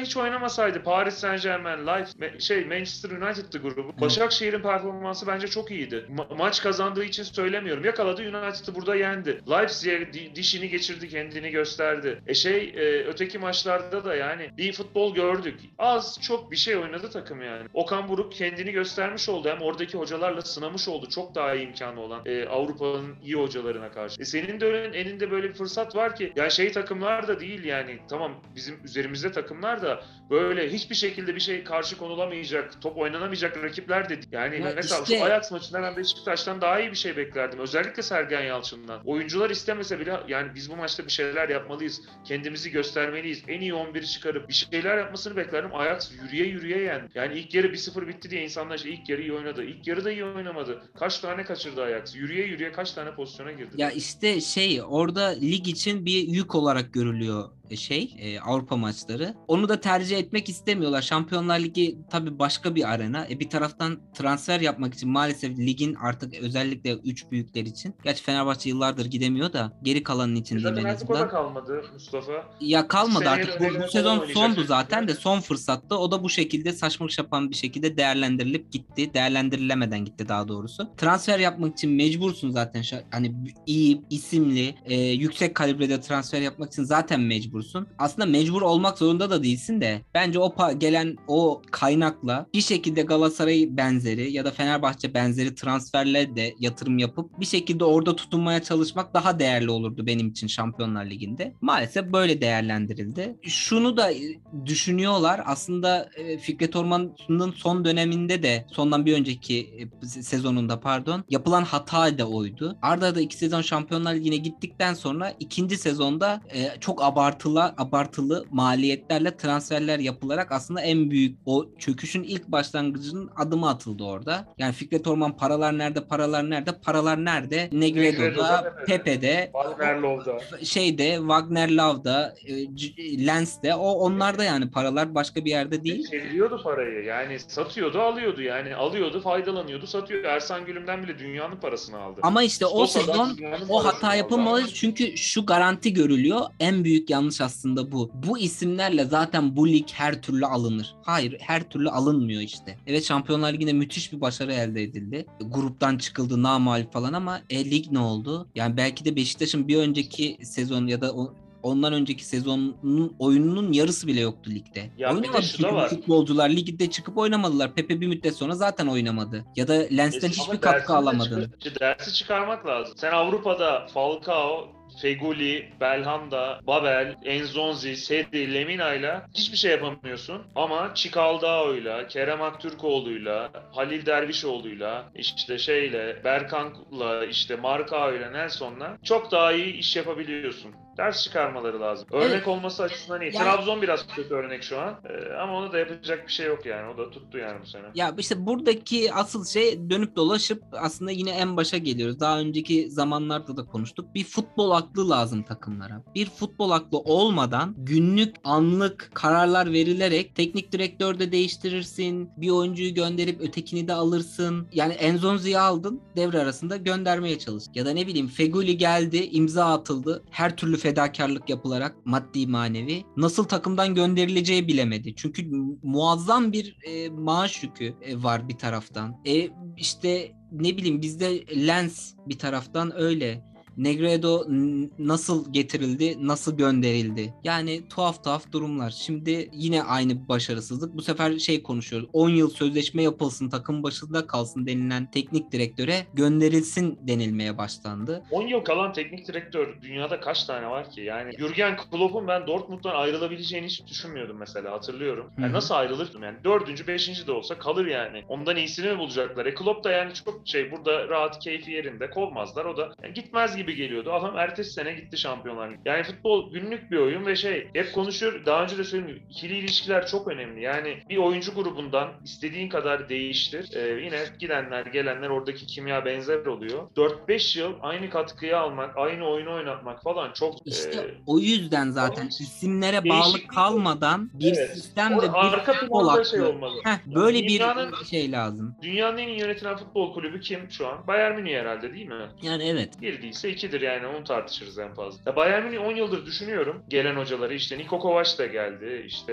S2: oynamasaydı Paris Saint-Germain, Leipzig, şey Manchester United'dı grubu.
S1: Evet.
S2: Başakşehir'in performansı bence çok iyiydi. Ma- maç kazandığı için söylemiyorum. Yakaladı, United'ı burada yendi. Leipzig'e di- dişini geçirdi, kendini gösterdi. E şey e, öteki maçlarda da yani bir futbol gördük. Az çok bir şey oynadı takım yani. Okan Buruk kendini göstermiş oldu. Hem oradaki hocalarla sınamış oldu. Çok daha iyi imkanı olan e, Avrupa'nın iyi hocalarına karşı. E senin de öyle, elinde böyle bir fırsat var ki yani şey takımlar da değil yani. Tamam bizim üzerimizde takımlar da böyle hiçbir şekilde bir şey karşı konulamayacak, top oynanamayacak rakipler de değil. Yani
S1: Ya
S2: mesela
S1: işte-
S2: şu Ajax maçında ben Beşiktaş'tan daha iyi bir şey beklerdim. Özellikle Sergen Yalçın'dan. Oyuncular istemese bile yani biz bu maçta bir şeyler yapmalıyız. Kendimizi göstermeliyiz. En iyi on biri çıkarıp bir şeyler yapmasını beklerdim. Ajax yürüye yürüye yendi. Yani ilk yarı bir sıfır bitti diye insanlar işte ilk yarı iyi oynadı. İlk yarı da iyi oynamadı. Kaç tane kaçırdı Ajax? Yürüye yürüye kaç tane pozisyona girdi?
S1: Ya işte şey orada lig için bir yük olarak görülüyor şey e, Avrupa maçları. Onu da tercih etmek istemiyorlar. Şampiyonlar Ligi tabii başka bir arena. E, bir taraftan transfer yapmak için maalesef ligin artık özellikle üç büyükler için. Gerçi Fenerbahçe yıllardır gidemiyor da geri kalanın için
S2: E
S1: diyeyim
S2: zaten
S1: en
S2: artık o da
S1: azından.
S2: kalmadı Mustafa.
S1: Ya kalmadı
S2: Seneye
S1: artık.
S2: de
S1: Bu,
S2: öyle
S1: bu
S2: falan
S1: sezon
S2: oynayacak
S1: sondu zaten de
S2: şekilde.
S1: son fırsattı. O da bu şekilde saçma sapan bir şekilde değerlendirilip gitti. Değerlendirilemeden gitti daha doğrusu. Transfer yapmak için mecbursun zaten. Şa- Hani iyi, isimli, e, yüksek kalibrede transfer yapmak için zaten mecbursun. Aslında mecbur olmak zorunda da değilsin de. Bence o pa- gelen o kaynakla bir şekilde Galatasaray benzeri ya da Fenerbahçe benzeri transferle de yatırım yapıp bir şekilde orada tutunmaya çalışmak daha değerli olurdu benim için Şampiyonlar Ligi'nde. Maalesef böyle değerlendirildi. Şunu da e, düşünüyorlar. Aslında e, Fikret Orman'ın son döneminde de sondan bir önceki e, sezonunda pardon yapılan hata da oydu. Arda arda iki sezon Şampiyonlar Ligi'ne gittikten sonra ikinci sezonda e, çok abartılı abartılı maliyetlerle transferler yapılarak aslında en büyük o çöküşün ilk başlangıcının adımı atıldı orada. Yani Fikret Orman paralar nerede paralar nerede paralar nerede Negredo'da,
S2: Negredo'da,
S1: Pepe'de
S2: Wagner Love'da.
S1: şeyde Wagner Love'da e, C- Lens'te o onlarda yani paralar başka bir yerde değil.
S2: Çeviriyordu parayı. Yani satıyordu, alıyordu. Yani alıyordu, faydalanıyordu, satıyordu. Ersan Gülüm'den bile dünyanın parasını aldı.
S1: Ama işte o
S2: Stosa'dan
S1: sezon
S2: dünyanın
S1: o
S2: parasını
S1: hata
S2: aldı.
S1: yapılmalı çünkü şu garanti görülüyor. En büyük yanlış aslında bu. Bu isimlerle zaten bu lig her türlü alınır. Hayır, her türlü alınmıyor işte. Evet Şampiyonlar Ligi'nde müthiş bir başarı elde edildi. Gruptan çıkıldı namağlup falan ama e, lig ne oldu? Yani belki de Beşiktaş'ın bir önceki sezon ya da o ondan önceki sezonun oyununun yarısı bile yoktu ligde.
S2: Ya bir de
S1: Oynamadı
S2: şu
S1: çünkü
S2: da
S1: bu
S2: var.
S1: futbolcular ligde çıkıp oynamadılar. Pepe bir müddet sonra zaten oynamadı. Ya da Lens'ten
S2: E,
S1: hiçbir
S2: ama
S1: katkı
S2: dersini de
S1: alamadın.
S2: çıkar, dersi çıkarmak lazım. Sen Avrupa'da Falcao, Feguli, Belhanda, Babel, Enzonzi, Seri, Lemina'yla hiçbir şey yapamıyorsun. Ama Çikaldao'yla, Kerem Aktürkoğlu'yla, Halil Dervişoğlu'yla, işte şeyle, Berkan'la, işte Markao'yla, Nelson'la çok daha iyi iş yapabiliyorsun. Ders çıkarmaları lazım. Örnek
S1: Evet.
S2: olması açısından iyi.
S1: Yani-
S2: Trabzon biraz kötü örnek şu an. Ee, ama ona da yapacak bir şey yok yani. O da tuttu yani bu sene.
S1: Ya işte buradaki asıl şey dönüp dolaşıp aslında yine en başa geliyoruz. Daha önceki zamanlarda da konuştuk. Bir futbol aklı lazım takımlara. Bir futbol aklı olmadan günlük anlık kararlar verilerek teknik direktör de değiştirirsin. Bir oyuncuyu gönderip ötekini de alırsın. Yani Enzonzi'yi aldın devre arasında göndermeye çalış. Ya da ne bileyim Feguli geldi imza atıldı. Her türlü fedakarlık yapılarak maddi manevi. Nasıl takımdan gönderileceği bilemedi. Çünkü muazzam bir e, maaş yükü e, var bir taraftan. E işte ne bileyim bizde Lens bir taraftan öyle. Negredo n- nasıl getirildi, nasıl gönderildi? Yani tuhaf tuhaf durumlar. Şimdi yine aynı başarısızlık. Bu sefer şey konuşuyoruz. on yıl sözleşme yapılsın, takım başında kalsın denilen teknik direktöre gönderilsin denilmeye başlandı.
S2: on yıl kalan teknik direktör dünyada kaç tane var ki? Yani Jürgen Klopp'un ben Dortmund'dan ayrılabileceğini hiç düşünmüyordum mesela, hatırlıyorum. Yani
S1: Hı hı.
S2: nasıl ayrılırdım yani? Dördüncü, beşinci de olsa kalır yani. Ondan iyisini mi bulacaklar? E Klopp da yani çok şey burada rahat, keyfi yerinde, kovmazlar. O da yani gitmez gibi geliyordu. Adam ertesi sene gitti Şampiyonlar Ligi. Yani futbol günlük bir oyun ve şey hep konuşuyor. Daha önce de söyledim. İkili ilişkiler çok önemli. Yani bir oyuncu grubundan istediğin kadar değiştir. Ee, yine gidenler gelenler oradaki kimya benzer oluyor. dört beş yıl aynı katkıyı almak, aynı oyunu oynatmak falan çok
S1: İşte
S2: e,
S1: o yüzden zaten
S2: Hiç
S1: isimlere bağlı
S2: değişiklik yok.
S1: kalmadan bir
S2: Evet.
S1: sistem ve
S2: Orada
S1: bir
S2: arka
S1: futbol
S2: planda şey
S1: aklı.
S2: olmalı.
S1: Heh,
S2: Yani
S1: böyle bir
S2: dünyanın
S1: şey lazım.
S2: dünyanın en iyi yönetilen futbol kulübü kim şu an? Bayern Münih herhalde, değil mi?
S1: Yani evet.
S2: Bir değilse ikidir yani, onu tartışırız en fazla. Ya Bayern Münih on yıldır düşünüyorum gelen hocaları, işte Niko Kovac da geldi, işte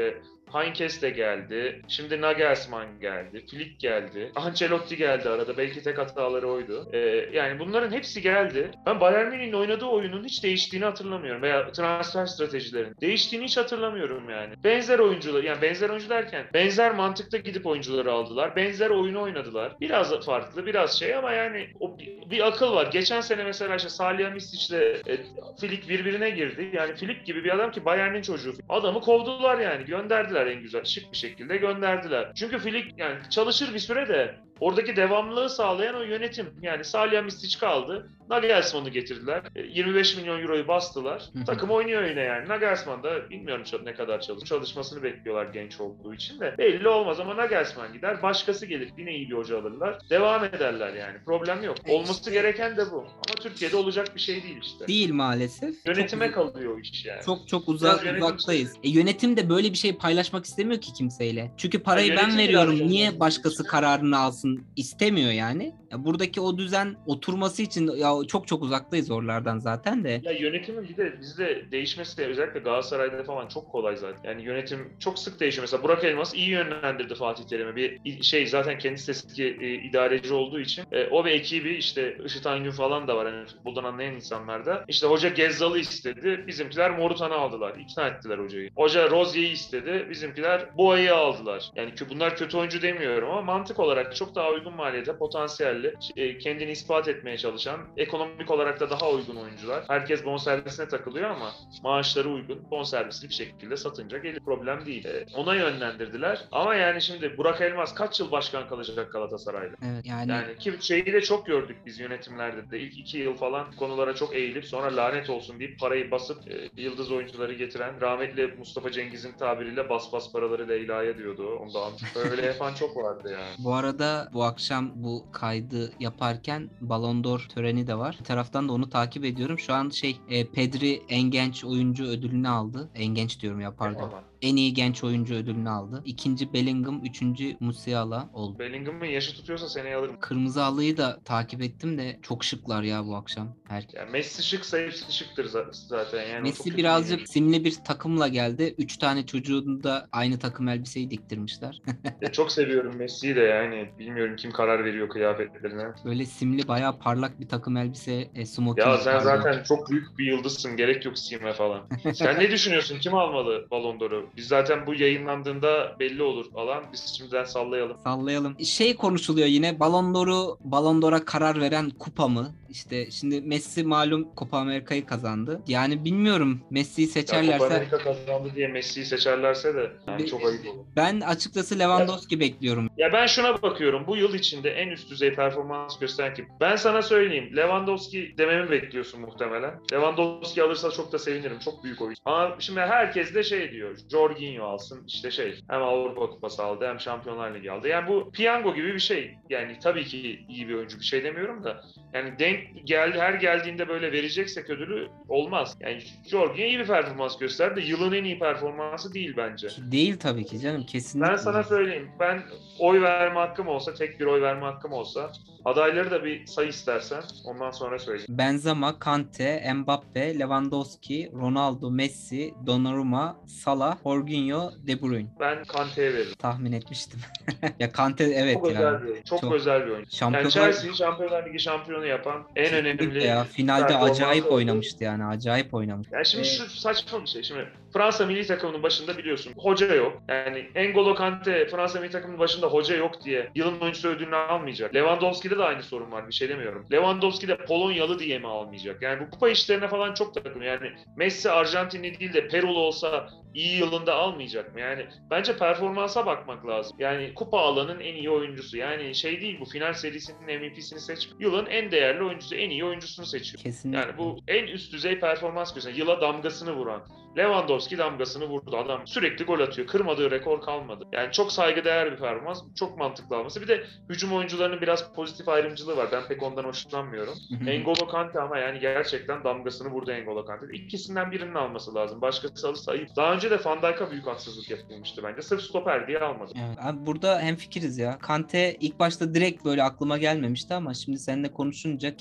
S2: Heinkes de geldi. Şimdi Nagelsmann geldi. Flick geldi. Ancelotti geldi arada. Belki tek hataları oydu. Ee, yani bunların hepsi geldi. Ben Bayern Münih'in oynadığı oyunun hiç değiştiğini hatırlamıyorum. Veya transfer stratejilerin değiştiğini hiç hatırlamıyorum yani. Benzer oyuncular, yani benzer oyuncu derken benzer mantıkta gidip oyuncuları aldılar. Benzer oyunu oynadılar. Biraz farklı, biraz şey ama yani o bir, bir akıl var. Geçen sene mesela işte Salihamidzic ile e, Flick birbirine girdi. Yani Flick gibi bir adam ki Bayern'in çocuğu. Adamı kovdular yani. Gönderdiler en güzel, şık bir şekilde gönderdiler. Çünkü Flick yani çalışır bir süre de oradaki devamlılığı sağlayan o yönetim. Yani Salihamidzic kaldı. Nagelsmann'ı getirdiler. yirmi beş milyon euroyu bastılar. Takım oynuyor yine yani. Nagelsmann da bilmiyorum ne kadar çalışır. Çalışmasını bekliyorlar genç olduğu için de. Belli olmaz ama Nagelsmann gider. Başkası gelir. Yine iyi bir hoca alırlar. Devam ederler yani. Problem yok.
S1: E
S2: Olması
S1: işte,
S2: gereken de bu. Ama Türkiye'de olacak bir şey değil işte.
S1: değil maalesef.
S2: Yönetime
S1: Çok,
S2: kalıyor o iş yani.
S1: çok çok uzak,
S2: Biraz
S1: uzaktayız. E, yönetim de böyle bir şey paylaşmak istemiyor ki kimseyle. Çünkü parayı
S2: Ya
S1: ben
S2: yönetim
S1: veriyorum.
S2: biraz
S1: Niye
S2: ondan
S1: başkası
S2: işte.
S1: kararını alsın istemiyor yani. Ya buradaki o düzen oturması için ya çok çok uzaktayız oralardan zaten de.
S2: Ya yönetimin bir de bizde değişmesi de özellikle Galatasaray'da falan çok kolay zaten. Yani yönetim çok sık değişiyor. Mesela Burak Elmas iyi yönlendirdi Fatih Terim'i. Bir şey zaten kendisi eski e, idareci olduğu için e, o ve ekibi işte Işıt Angün falan da var. Yani futboldan anlayan insanlarda. İşte hoca Gezzal'ı istedi. Bizimkiler Morutan'ı aldılar. İkna ettiler hocayı. Hoca Rozier'i istedi. Bizimkiler Boğa'yı aldılar. Yani ki bunlar kötü oyuncu demiyorum ama mantık olarak çok daha uygun maliyete, potansiyelli, e, kendini ispat etmeye çalışan, ekonomik olarak da daha uygun oyuncular. Herkes bonservisine takılıyor ama maaşları uygun. Bonservisli bir şekilde satınca gelir. Problem değil. E, ona yönlendirdiler. Ama yani şimdi Burak Elmas kaç yıl başkan kalacak Galatasaray'da?
S1: Evet yani,
S2: Yani ki şeyi de çok gördük biz yönetimlerde de. İlk iki yıl falan konulara çok eğilip sonra lanet olsun deyip parayı basıp e, yıldız oyuncuları getiren, rahmetli Mustafa Cengiz'in tabiriyle bas bas paraları Leyla'ya diyordu. Ondan öyle yapan çok vardı yani.
S1: bu arada bu akşam bu kaydı yaparken Ballon d'Or töreni de var. Bir taraftan da onu takip ediyorum. Şu an şey e, Pedri en genç oyuncu ödülünü aldı. En genç diyorum ya, pardon.
S2: Eyvallah.
S1: En iyi genç oyuncu ödülünü aldı. İkinci Bellingham, üçüncü Musiala oldu.
S2: Bellingham'ın yaşı tutuyorsa seneye alırım.
S1: Kırmızı halıyı da takip ettim de çok şıklar ya bu akşam. Her...
S2: Yani Messi şıksa hepsi şıktır zaten. Yani o çok
S1: Messi
S2: kötü
S1: birazcık
S2: giyiniyor.
S1: simli bir takımla geldi. Üç tane çocuğunu da aynı takım elbiseyi diktirmişler.
S2: Ya çok seviyorum Messi'yi de yani. Bilmiyorum kim karar veriyor kıyafetlerine.
S1: Böyle simli, bayağı parlak bir takım elbise, e, smoking
S2: Ya sen
S1: vardı.
S2: zaten çok büyük bir yıldızsın. Gerek yok Sime falan. Sen ne düşünüyorsun? Kim almalı Ballon d'Or'u? Biz zaten bu yayınlandığında belli olur falan. Biz şimdiden sallayalım.
S1: Sallayalım. Şey konuşuluyor yine, Ballon d'Or'u Ballon d'Or'a karar veren kupa mı? İşte şimdi Messi malum Copa Amerika'yı kazandı. Yani bilmiyorum, Messi'yi
S2: Ya Copa
S1: seçerlerse
S2: Amerika kazandı diye Messi'yi seçerlerse de yani çok ayıp olur.
S1: ben açıkçası
S2: Ya,
S1: Lewandowski bekliyorum.
S2: ya ben şuna bakıyorum. Bu yıl içinde en üst düzey performans gösteren kim? Ben sana söyleyeyim. Lewandowski dememi bekliyorsun muhtemelen. Lewandowski alırsa çok da sevinirim. Çok büyük oyuncu. Ama şimdi herkes de şey diyor. Jorginho alsın. İşte şey. Hem Avrupa Kupası aldı hem Şampiyonlar Ligi aldı. Yani bu piyango gibi bir şey. Yani tabii ki iyi bir oyuncu. Bir şey demiyorum da. Yani denk geldi, her geldiğinde böyle vereceksek ödülü olmaz. Yani Jorginho iyi bir performans gösterdi. Yılın en iyi performansı değil bence.
S1: Değil tabii ki canım, kesinlikle.
S2: Ben sana söyleyeyim. Ben oy verme hakkım olsa, tek bir oy verme hakkım olsa, adayları da bir say istersen. Ondan sonra söyleyeyim.
S1: Benzema, Kante, Mbappe, Lewandowski, Ronaldo, Messi, Donnarumma, Salah, Jorginho, De Bruyne.
S2: Ben Kante'ye veririm.
S1: Tahmin etmiştim. Ya Kante, evet
S2: Çok
S1: ya.
S2: özel bir oyuncu. Çok,
S1: Çok.
S2: özel bir oyuncu. Yani
S1: Şampiyonlar
S2: Chelsea'yi Şampiyonlar Ligi şampiyonu yapan en
S1: Kesinlikle
S2: önemli
S1: ya. Finalde
S2: performansı
S1: acayip
S2: oldu.
S1: oynamıştı yani. Acayip oynamış.
S2: Yani şimdi
S1: Ee,
S2: şu saçma bir şey. Şimdi Fransa milli takımının başında biliyorsun hoca yok. Yani N'Golo Kante Fransa milli takımının başında hoca yok diye yılın oyuncusu ödülünü almayacak. Lewandowski'de de aynı sorun var. Bir şey demiyorum. Lewandowski de Polonyalı diye mi almayacak? Yani bu kupa işlerine falan çok takılıyor. Yani Messi Arjantinli değil de Perulu olsa iyi yılında almayacak mı? Yani bence performansa bakmak lazım. Yani kupa alanın en iyi oyuncusu. Yani şey değil, bu final serisinin M V P'sini seçmiyor. Yılın en değerli oyuncusu, en iyi oyuncusunu seçiyor.
S1: kesinlikle.
S2: Yani bu en üst düzey performans gösteren, yıla damgasını vuran. Lewandowski damgasını vurdu. Adam sürekli gol atıyor. Kırmadığı rekor kalmadı. Yani çok saygıdeğer bir performans. Çok mantıklı alması. Bir de hücum oyuncularının biraz pozitif ayrımcılığı var. Ben pek ondan hoşlanmıyorum. N'Golo Kante ama yani gerçekten damgasını vurdu N'Golo Kante. İkisinden birinin alması lazım. Başkası alırsa ayıp. Daha önce de Van Dijk'a büyük haksızlık yapılmıştı bence. Sırf stoper diye almadı.
S1: Evet. Abi burada hemfikiriz ya. Kante ilk başta direkt böyle aklıma gelmemişti ama şimdi seninle konuşunca kesinlikle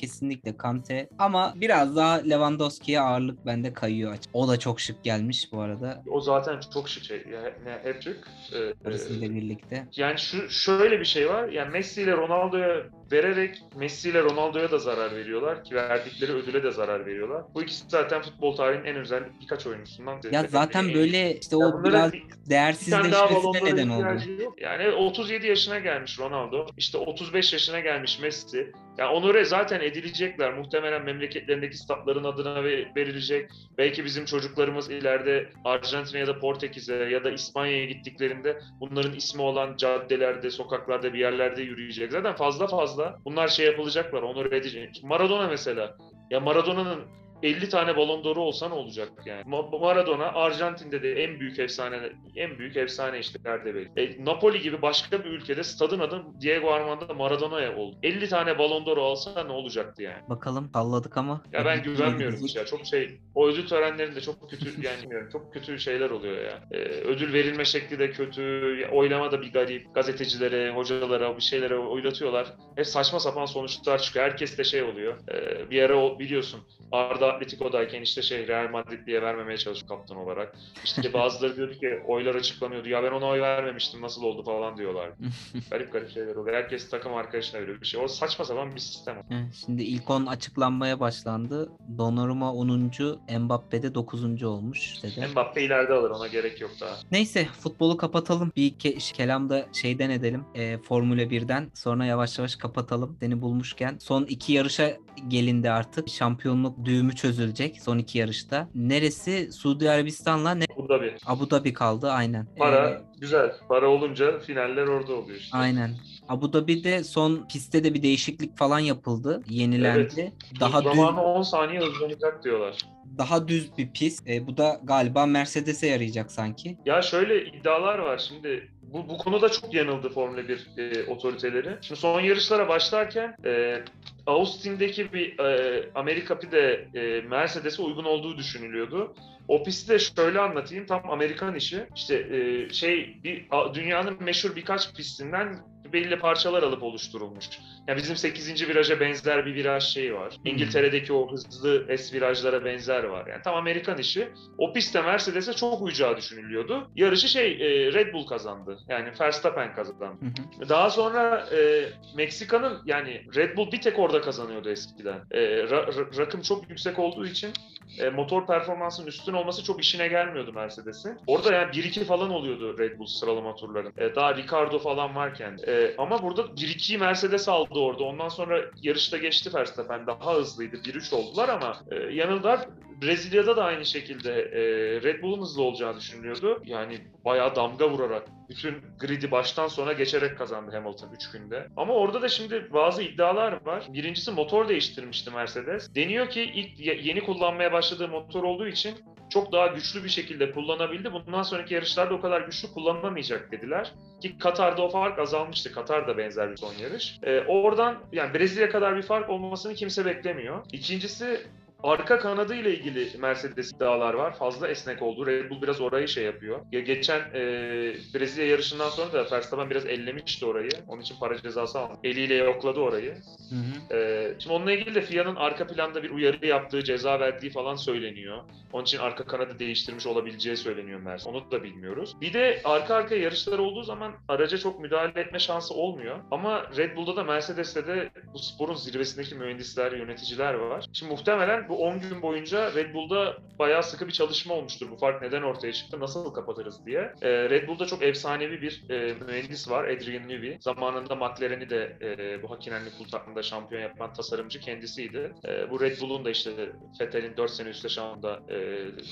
S1: kesinlikle Kante ama biraz daha Lewandowski'ye ağırlık bende kayıyor. O da çok şık gelmiş bu arada.
S2: O zaten çok şık şey. Yani hep şık. Ee,
S1: Arasıyla birlikte.
S2: Yani şu şöyle bir şey var. Yani Messi ile Ronaldo'ya vererek Messi ile Ronaldo'ya da zarar veriyorlar ki verdikleri ödüle de zarar veriyorlar. Bu ikisi zaten futbol tarihinin en özel birkaç oyuncusundan.
S1: Ya zaten böyle işte
S2: ya
S1: o biraz
S2: bir, bir tane daha Ballon
S1: değersizleşmesine
S2: d'Or'a
S1: neden oldu.
S2: ihtiyacı yok. Yani otuz yedi yaşına gelmiş Ronaldo. İşte otuz beş yaşına gelmiş Messi. Yani onore zaten edilecekler. Muhtemelen memleketlerindeki statların adına verilecek. Belki bizim çocuklarımız ileride Arjantin'e ya da Portekiz'e ya da İspanya'ya gittiklerinde bunların ismi olan caddelerde, sokaklarda, bir yerlerde yürüyecek. Zaten fazla fazla bunlar şey yapılacaklar, onore edecek. Maradona mesela. Ya Maradona'nın elli tane Ballon d'Or'u olsa ne olacak yani? Maradona Arjantin'de de en büyük efsane, en büyük efsane işte nerede belli. E, Napoli gibi başka bir ülkede stadın adı Diego Armando Maradona'ya oldu. elli tane Ballon d'Or'u alsa ne olacaktı yani?
S1: Bakalım salladık ama.
S2: Ya ben güvenmiyorum hiç ya. Çok şey, o ödül törenlerinde çok kötü yani bilmiyorum, çok kötü şeyler oluyor ya. Ee, ödül verilme şekli de kötü, oylama da bir garip. Gazetecilere, hocalara, bir şeylere oylatıyorlar. Hep saçma sapan sonuçlar çıkıyor. Herkes de şey oluyor. Ee, bir ara o biliyorsun Arda Atletico'dayken işte şey Real Madrid'liye vermemeye çalışıyor kaptan olarak. İşte bazıları diyordu ki oylar açıklanıyordu. Ya ben ona oy vermemiştim nasıl oldu falan diyorlar. Garip garip şeyler oluyor. Herkes takım arkadaşına veriyor bir şey. O saçma sapan bir sistem.
S1: Şimdi ilk on açıklanmaya başlandı. Donnarumma onuncu, Mbappe de dokuzuncu olmuş dedi.
S2: Mbappe ileride alır, ona gerek yok daha.
S1: Neyse futbolu kapatalım. Bir ke- kelamda şeyden edelim. E, Formula birden sonra yavaş yavaş kapatalım. Seni bulmuşken son iki yarışa gelindi artık. Şampiyonluk düğümü çözülecek son iki yarışta. Neresi? Suudi Arabistan'la ne?
S2: Abu Dhabi.
S1: Abu Dhabi kaldı aynen.
S2: Para
S1: Ee,
S2: güzel. Para olunca finaller orada oluyor işte.
S1: Aynen. Abu Dhabi'de son pistte de bir değişiklik falan yapıldı. Yenilendi.
S2: Evet.
S1: Daha düz
S2: Zamanı on saniye hızlanacak diyorlar.
S1: daha düz bir pist. E, bu da galiba Mercedes'e yarayacak sanki.
S2: Ya şöyle iddialar var şimdi. Bu, bu konuda çok yanıldı Formula bir e, otoriteleri. Şimdi son yarışlara başlarken e, Austin'deki bir e, Amerika Pi de e, Mercedes'e uygun olduğu düşünülüyordu. O pisti de şöyle anlatayım. Tam Amerikan işi. İşte e, şey bir dünyanın meşhur birkaç pistinden belli parçalar alıp oluşturulmuş. Yani bizim sekizinci viraja benzer bir viraj şeyi var.
S1: Hmm.
S2: İngiltere'deki o hızlı S virajlara benzer var. Yani tam Amerikan işi. O pistte Mercedes'e çok uyacağı düşünülüyordu. Yarışı şey e, Red Bull kazandı. Yani Verstappen kazandı.
S1: Hı hı.
S2: Daha sonra e, Meksika'nın yani Red Bull bir tek orada kazanıyordu eskiden. E, ra- ra- rakım çok yüksek olduğu için e, motor performansının üstün olması çok işine gelmiyordu Mercedes'in. Orada yani bir iki falan oluyordu Red Bull sıralama turların. E, daha Ricardo falan varken. E, ama burada bir ikiyi Mercedes aldı orada. Ondan sonra yarışta geçti Verstappen. Daha hızlıydı. bir üç oldular ama e, yanıldılar. Brezilya'da da aynı şekilde e, Red Bull'un hızlı olacağı düşünülüyordu. Yani bayağı damga vurarak bütün grid'i baştan sona geçerek kazandı Hamilton üç günde. Ama orada da şimdi bazı iddialar var. Birincisi motor değiştirmişti Mercedes. Deniyor ki ilk yeni kullanmaya başladığı motor olduğu için çok daha güçlü bir şekilde kullanabildi. Bundan sonraki yarışlarda o kadar güçlü kullanamayacak dediler. Ki Katar'da o fark azalmıştı. Katar da benzer bir son yarış. Ee, oradan yani Brezilya kadar bir fark olmasını kimse beklemiyor. İkincisi arka kanadı ile ilgili Mercedes iddialar var. Fazla esnek oldu. Red Bull biraz orayı şey yapıyor. Ya geçen e, Brezilya yarışından sonra da Verstappen biraz ellemişti orayı. Onun için para cezası aldı. Eliyle yokladı orayı.
S1: Hı hı.
S2: E, şimdi onunla ilgili de F I A'nın arka planda bir uyarı yaptığı, ceza verdiği falan söyleniyor. Onun için arka kanadı değiştirmiş olabileceği söyleniyor Mercedes. Onu da bilmiyoruz. Bir de arka arkaya yarışlar olduğu zaman araca çok müdahale etme şansı olmuyor. Ama Red Bull'da da Mercedes'te de bu sporun zirvesindeki mühendisler, yöneticiler var. Şimdi muhtemelen bu on gün boyunca Red Bull'da bayağı sıkı bir çalışma olmuştur. Bu fark neden ortaya çıktı, nasıl kapatırız diye. Ee, Red Bull'da çok efsanevi bir e, mühendis var, Adrian Newey. Zamanında McLaren'i de e, bu Hakkınenli kul takımında şampiyon yapan tasarımcı kendisiydi. E, bu Red Bull'un da işte Vettel'in dört sene üst yaşamında e,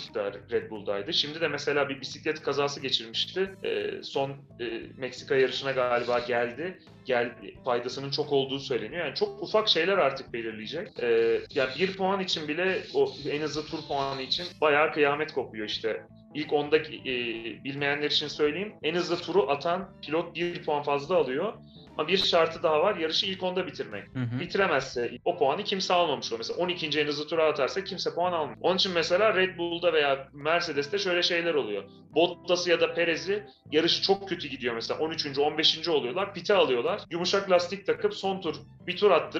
S2: Red Bull'daydı. Şimdi de mesela bir bisiklet kazası geçirmişti. E, son e, Meksika yarışına galiba geldi. Gel, faydasının çok olduğu söyleniyor. Yani çok ufak şeyler artık belirleyecek. Ee, yani bir puan için bile o en hızlı tur puanı için bayağı kıyamet kopuyor işte. İlk onda e, bilmeyenler için söyleyeyim. En hızlı turu atan pilot bir puan fazla alıyor. Ama bir şartı daha var. Yarışı ilk onda bitirmek.
S1: Hı hı.
S2: Bitiremezse o puanı kimse almamış oluyor. Mesela on ikinci en hızlı tura atarsa kimse puan almıyor. Onun için mesela Red Bull'da veya Mercedes'te şöyle şeyler oluyor. Bottas'ı ya da Perez'i yarışı çok kötü gidiyor mesela. on üçüncü on beşinci oluyorlar. Pite alıyorlar. Yumuşak lastik takıp son tur bir tur attırıp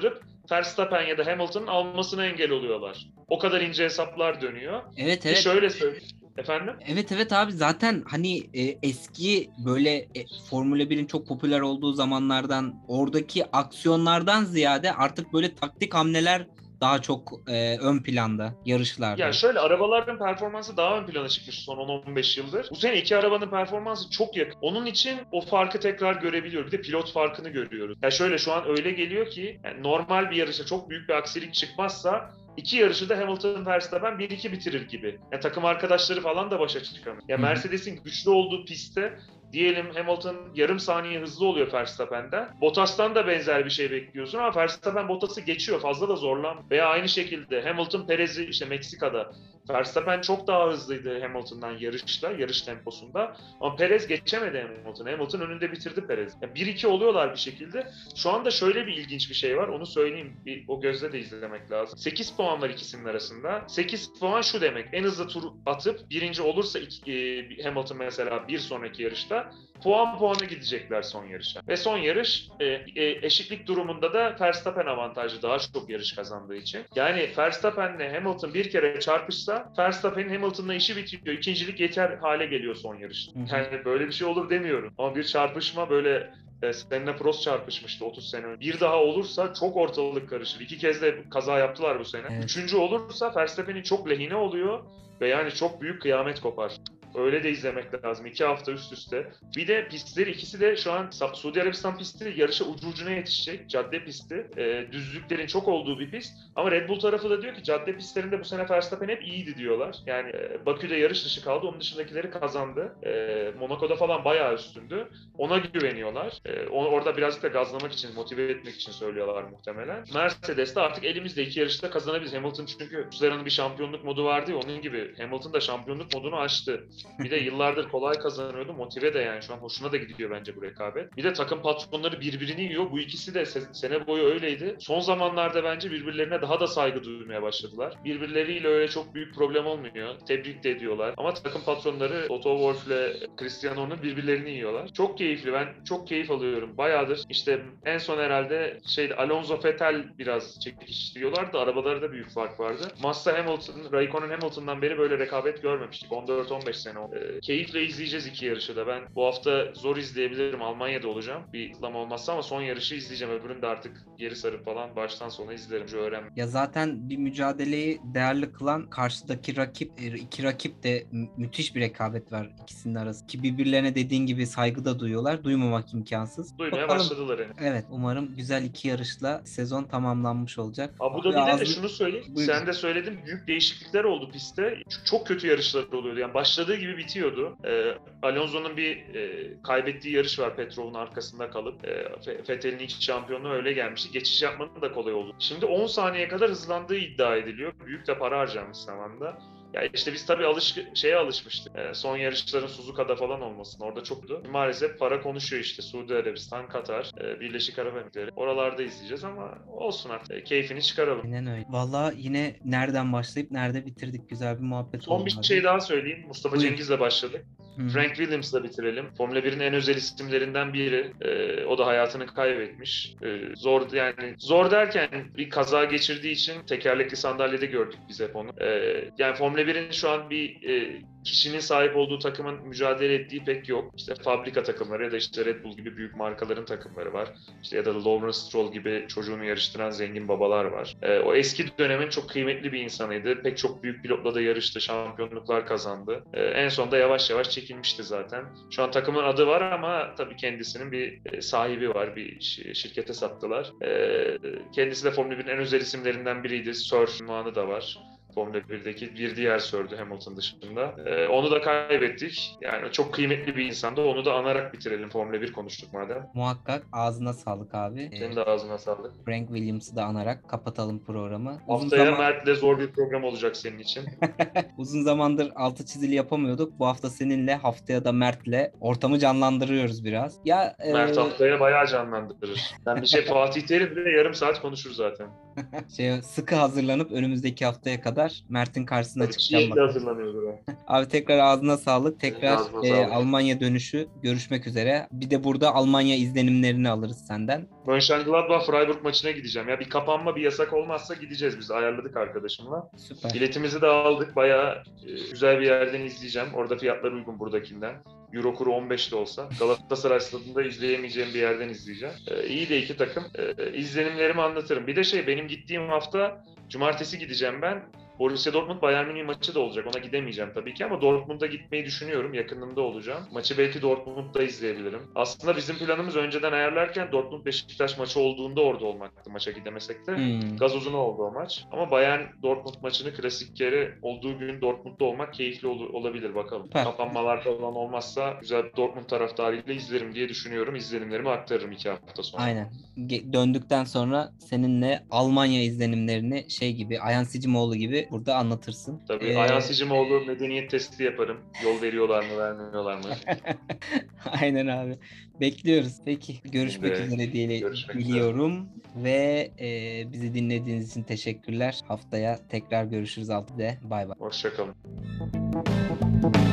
S2: Verstappen ya da Hamilton'ın almasına engel oluyorlar. O kadar ince hesaplar dönüyor.
S1: Evet
S2: Ki
S1: evet.
S2: şöyle söyleyeyim. Efendim?
S1: Evet evet abi, zaten hani e, eski böyle e, Formula birin çok popüler olduğu zamanlardan oradaki aksiyonlardan ziyade artık böyle taktik hamleler daha çok e, ön planda yarışlarda.
S2: Ya şöyle, arabaların performansı daha ön plana çıkmış son on on beş yıldır. Bu sene iki arabanın performansı çok yakın. Onun için o farkı tekrar görebiliyoruz. Bir de pilot farkını görüyoruz. Ya şöyle, şu an öyle geliyor ki yani normal bir yarışa çok büyük bir aksilik çıkmazsa iki yarışı da Hamilton Verstappen bir iki bitirir gibi. Ya takım arkadaşları falan da başa çıkamıyor. Ya Mercedes'in güçlü olduğu pistte diyelim Hamilton yarım saniye hızlı oluyor Verstappen'den. Bottas'tan da benzer bir şey bekliyorsun ama Verstappen Bottas'ı geçiyor. Fazla da zorlan. Veya aynı şekilde Hamilton Perez'i işte Meksika'da. Verstappen çok daha hızlıydı Hamilton'dan yarışta, yarış temposunda. Ama Perez geçemedi Hamilton'ı. Hamilton önünde bitirdi Perez. Yani bir iki oluyorlar bir şekilde. Şu anda şöyle bir ilginç bir şey var. Onu söyleyeyim. Bir, o gözle de izlemek lazım. sekiz puan var ikisinin arasında. sekiz puan şu demek: en hızlı tur atıp birinci olursa iki, e, Hamilton mesela bir sonraki yarışta puan puanı gidecekler son yarışa. Ve son yarış e, e, eşitlik durumunda da Verstappen avantajı, daha çok yarış kazandığı için. Yani Verstappen'le Hamilton bir kere çarpışsa Verstappen'in Hamilton'la işi bitiyor. İkincilik yeter hale geliyor son yarış. Yani böyle bir şey olur demiyorum. Ama bir çarpışma böyle e, Senna Prost çarpışmıştı otuz sene önce. Bir daha olursa çok ortalık karışır. İki kez de kaza yaptılar bu sene.
S1: Evet.
S2: Üçüncü olursa Verstappen'in çok lehine oluyor ve yani çok büyük kıyamet kopar. Öyle de izlemek lazım. İki hafta üst üste. Bir de pistleri, ikisi de şu an Suudi Arabistan pisti yarışa ucu ucuna yetişecek. Cadde pisti. E, düzlüklerin çok olduğu bir pist. Ama Red Bull tarafı da diyor ki cadde pistlerinde bu sene Verstappen hep iyiydi diyorlar. Yani e, Bakü'de yarış dışı kaldı. Onun dışındakileri kazandı. E, Monaco'da falan bayağı üstündü. Ona güveniyorlar. E, onu orada birazcık da gazlamak için, motive etmek için söylüyorlar muhtemelen. Mercedes de artık elimizde iki yarışta kazanabiliriz. Hamilton çünkü Suzuki'nin bir şampiyonluk modu vardı ya, onun gibi Hamilton da şampiyonluk modunu açtı. Bir de yıllardır kolay kazanıyordu. Motive de, yani şu an hoşuna da gidiyor bence bu rekabet. Bir de takım patronları birbirini yiyor. Bu ikisi de se- sene boyu öyleydi. Son zamanlarda bence birbirlerine daha da saygı duymaya başladılar. Birbirleriyle öyle çok büyük problem olmuyor. Tebrik de ediyorlar. Ama takım patronları Toto Wolff ile Cristiano'nun birbirlerini yiyorlar. Çok keyifli. Ben çok keyif alıyorum. Bayağıdır işte en son herhalde şey Alonso Vettel biraz çekiştiriyorlar da arabalarda da büyük fark vardı. Massa Hamilton, Raikkonen Hamilton'dan beri böyle rekabet görmemiştik. on dört on beş sene oldu. E, keyifle izleyeceğiz iki yarışı da. Ben bu hafta zor izleyebilirim. Almanya'da olacağım. Bir ıtlama olmazsa ama son yarışı izleyeceğim. Öbürünü de artık geri sarıp falan baştan sona izlerim. Şu öğren.
S1: Ya zaten bir mücadeleyi değerli kılan karşıdaki rakip, e, iki rakip de mü- müthiş bir rekabet var ikisinin arasında. Ki birbirlerine dediğin gibi saygı da duyuyorlar. Duymamak imkansız.
S2: Duymaya
S1: Bakalım.
S2: başladılar yani.
S1: Evet, umarım güzel iki yarışla sezon tamamlanmış olacak.
S2: Abu
S1: Abi
S2: Dhabi'de de
S1: ağzın-
S2: şunu söyleyeyim.
S1: Buyur.
S2: Sen de söyledin, büyük değişiklikler oldu pistte. Çok, çok kötü yarışlar oluyordu. Yani başladığı gibi bitiyordu. Ee, Alonso'nun bir e, kaybettiği yarış var Petrov'un arkasında kalıp. E, Vettel'in ilk şampiyonluğu öyle gelmişti. Geçiş yapmanın da kolay oldu. Şimdi on saniye kadar hızlandığı iddia ediliyor. Büyük de para harcanmış zamanda. Ya işte biz tabii alış şeye alışmıştık. E, son yarışların Suzuka'da falan olmasın. Orada çoktu. Maalesef para konuşuyor işte. Suudi Arabistan, Katar, e, Birleşik Arap Emirlikleri. Oralarda izleyeceğiz ama olsun artık. E, keyfini çıkaralım.
S1: Aynen öyle. Valla yine nereden başlayıp nerede bitirdik. Güzel bir muhabbet
S2: Son
S1: oldu
S2: bir
S1: abi.
S2: şey daha söyleyeyim. Mustafa
S1: Buyur.
S2: Cengiz'le başladık.
S1: Hı.
S2: Frank Williams'la bitirelim. Formula birin en özel isimlerinden biri. Ee, o da hayatını kaybetmiş. Ee, zor yani zor derken bir kaza geçirdiği için tekerlekli sandalyede gördük biz hep onu. Ee, yani Formula birin şu an bir e, kişinin sahip olduğu takımın mücadele ettiği pek yok. İşte fabrika takımları ya da işte Red Bull gibi büyük markaların takımları var. İşte ya da Lawrence Stroll gibi çocuğunu yarıştıran zengin babalar var. Ee, o eski dönemin çok kıymetli bir insanıydı. Pek çok büyük pilotla da yarıştı, şampiyonluklar kazandı. Ee, en sonunda yavaş yavaş çekilmişti zaten. Şu an takımın adı var ama tabii kendisinin bir sahibi var. Bir şirkete sattılar. Ee, kendisi de Formula birin en özel isimlerinden biriydi. Sir ünvanı da var. Formula birdeki bir diğer Sir'dü Hamilton dışında. Ee, onu da kaybettik. Yani çok kıymetli bir insandı. Onu da anarak bitirelim. Formula bir konuştuk madem.
S1: Muhakkak ağzına sağlık abi.
S2: Senin
S1: Ee,
S2: de ağzına sağlık.
S1: Frank Williams'ı da anarak kapatalım programı. Uzun
S2: Haftaya
S1: zaman
S2: Mert'le zor bir program olacak senin için.
S1: uzun zamandır altı çizili yapamıyorduk. Bu hafta seninle, haftaya da Mert'le ortamı canlandırıyoruz biraz. Ya e,
S2: Mert haftaya bayağı canlandırır. Ben bir şey Fatih Terim bile yarım saat konuşur zaten.
S1: Şey, sıkı hazırlanıp önümüzdeki haftaya kadar Mert'in karşısına
S2: Tabii
S1: çıkacağım
S2: çiğ
S1: bakalım.
S2: hazırlanıyordur o.
S1: Abi tekrar ağzına sağlık.
S2: Senin de
S1: Tekrar
S2: ağzına
S1: e,
S2: sağlık.
S1: Almanya dönüşü görüşmek üzere. Bir de burada Almanya izlenimlerini alırız senden.
S2: Mönchengladbach Freiburg maçına gideceğim. Ya bir kapanma, bir yasak olmazsa gideceğiz, biz ayarladık arkadaşımla.
S1: Süper.
S2: Biletimizi de aldık. Bayağı e, güzel bir yerden izleyeceğim. Orada fiyatlar uygun buradakinden. Euro kuru on beş de olsa. Galatasaray stadında izleyemeyeceğim bir yerden izleyeceğim. E, iyi de iki takım. E, izlenimlerimi anlatırım. Bir de şey, benim gittiğim hafta cumartesi gideceğim ben. Borussia Dortmund Bayern Münih maçı da olacak. Ona gidemeyeceğim tabii ki ama Dortmund'a gitmeyi düşünüyorum. Yakınında olacağım. Maçı belki Dortmund'da izleyebilirim. Aslında bizim planımız önceden ayarlarken Dortmund Beşiktaş maçı olduğunda orada olmaktı, maça gidemesek de.
S1: Hmm.
S2: Gazozuna oldu o maç. Ama Bayern Dortmund maçını klasik yeri olduğu gün Dortmund'da olmak keyifli ol- olabilir bakalım.
S1: Süper.
S2: Kapanmalar falan olmazsa güzel bir Dortmund taraftarıyla izlerim diye düşünüyorum. İzlenimlerimi aktarırım iki hafta sonra.
S1: Aynen. Ge- döndükten sonra seninle Almanya izlenimlerini şey gibi, Ayhan Sicimoğlu gibi burada anlatırsın.
S2: Tabii
S1: Ee,
S2: Ayhan Sicimoğlu medeniyet testi yaparım. Yol veriyorlar mı, vermiyorlar mı?
S1: Aynen abi. Bekliyoruz. Peki görüşmek
S2: Şimdi
S1: üzere diye
S2: görüşmek üzere.
S1: biliyorum ve e, bizi dinlediğiniz için teşekkürler. Haftaya tekrar görüşürüz altıda. Bay bay.
S2: Hoşça kalın.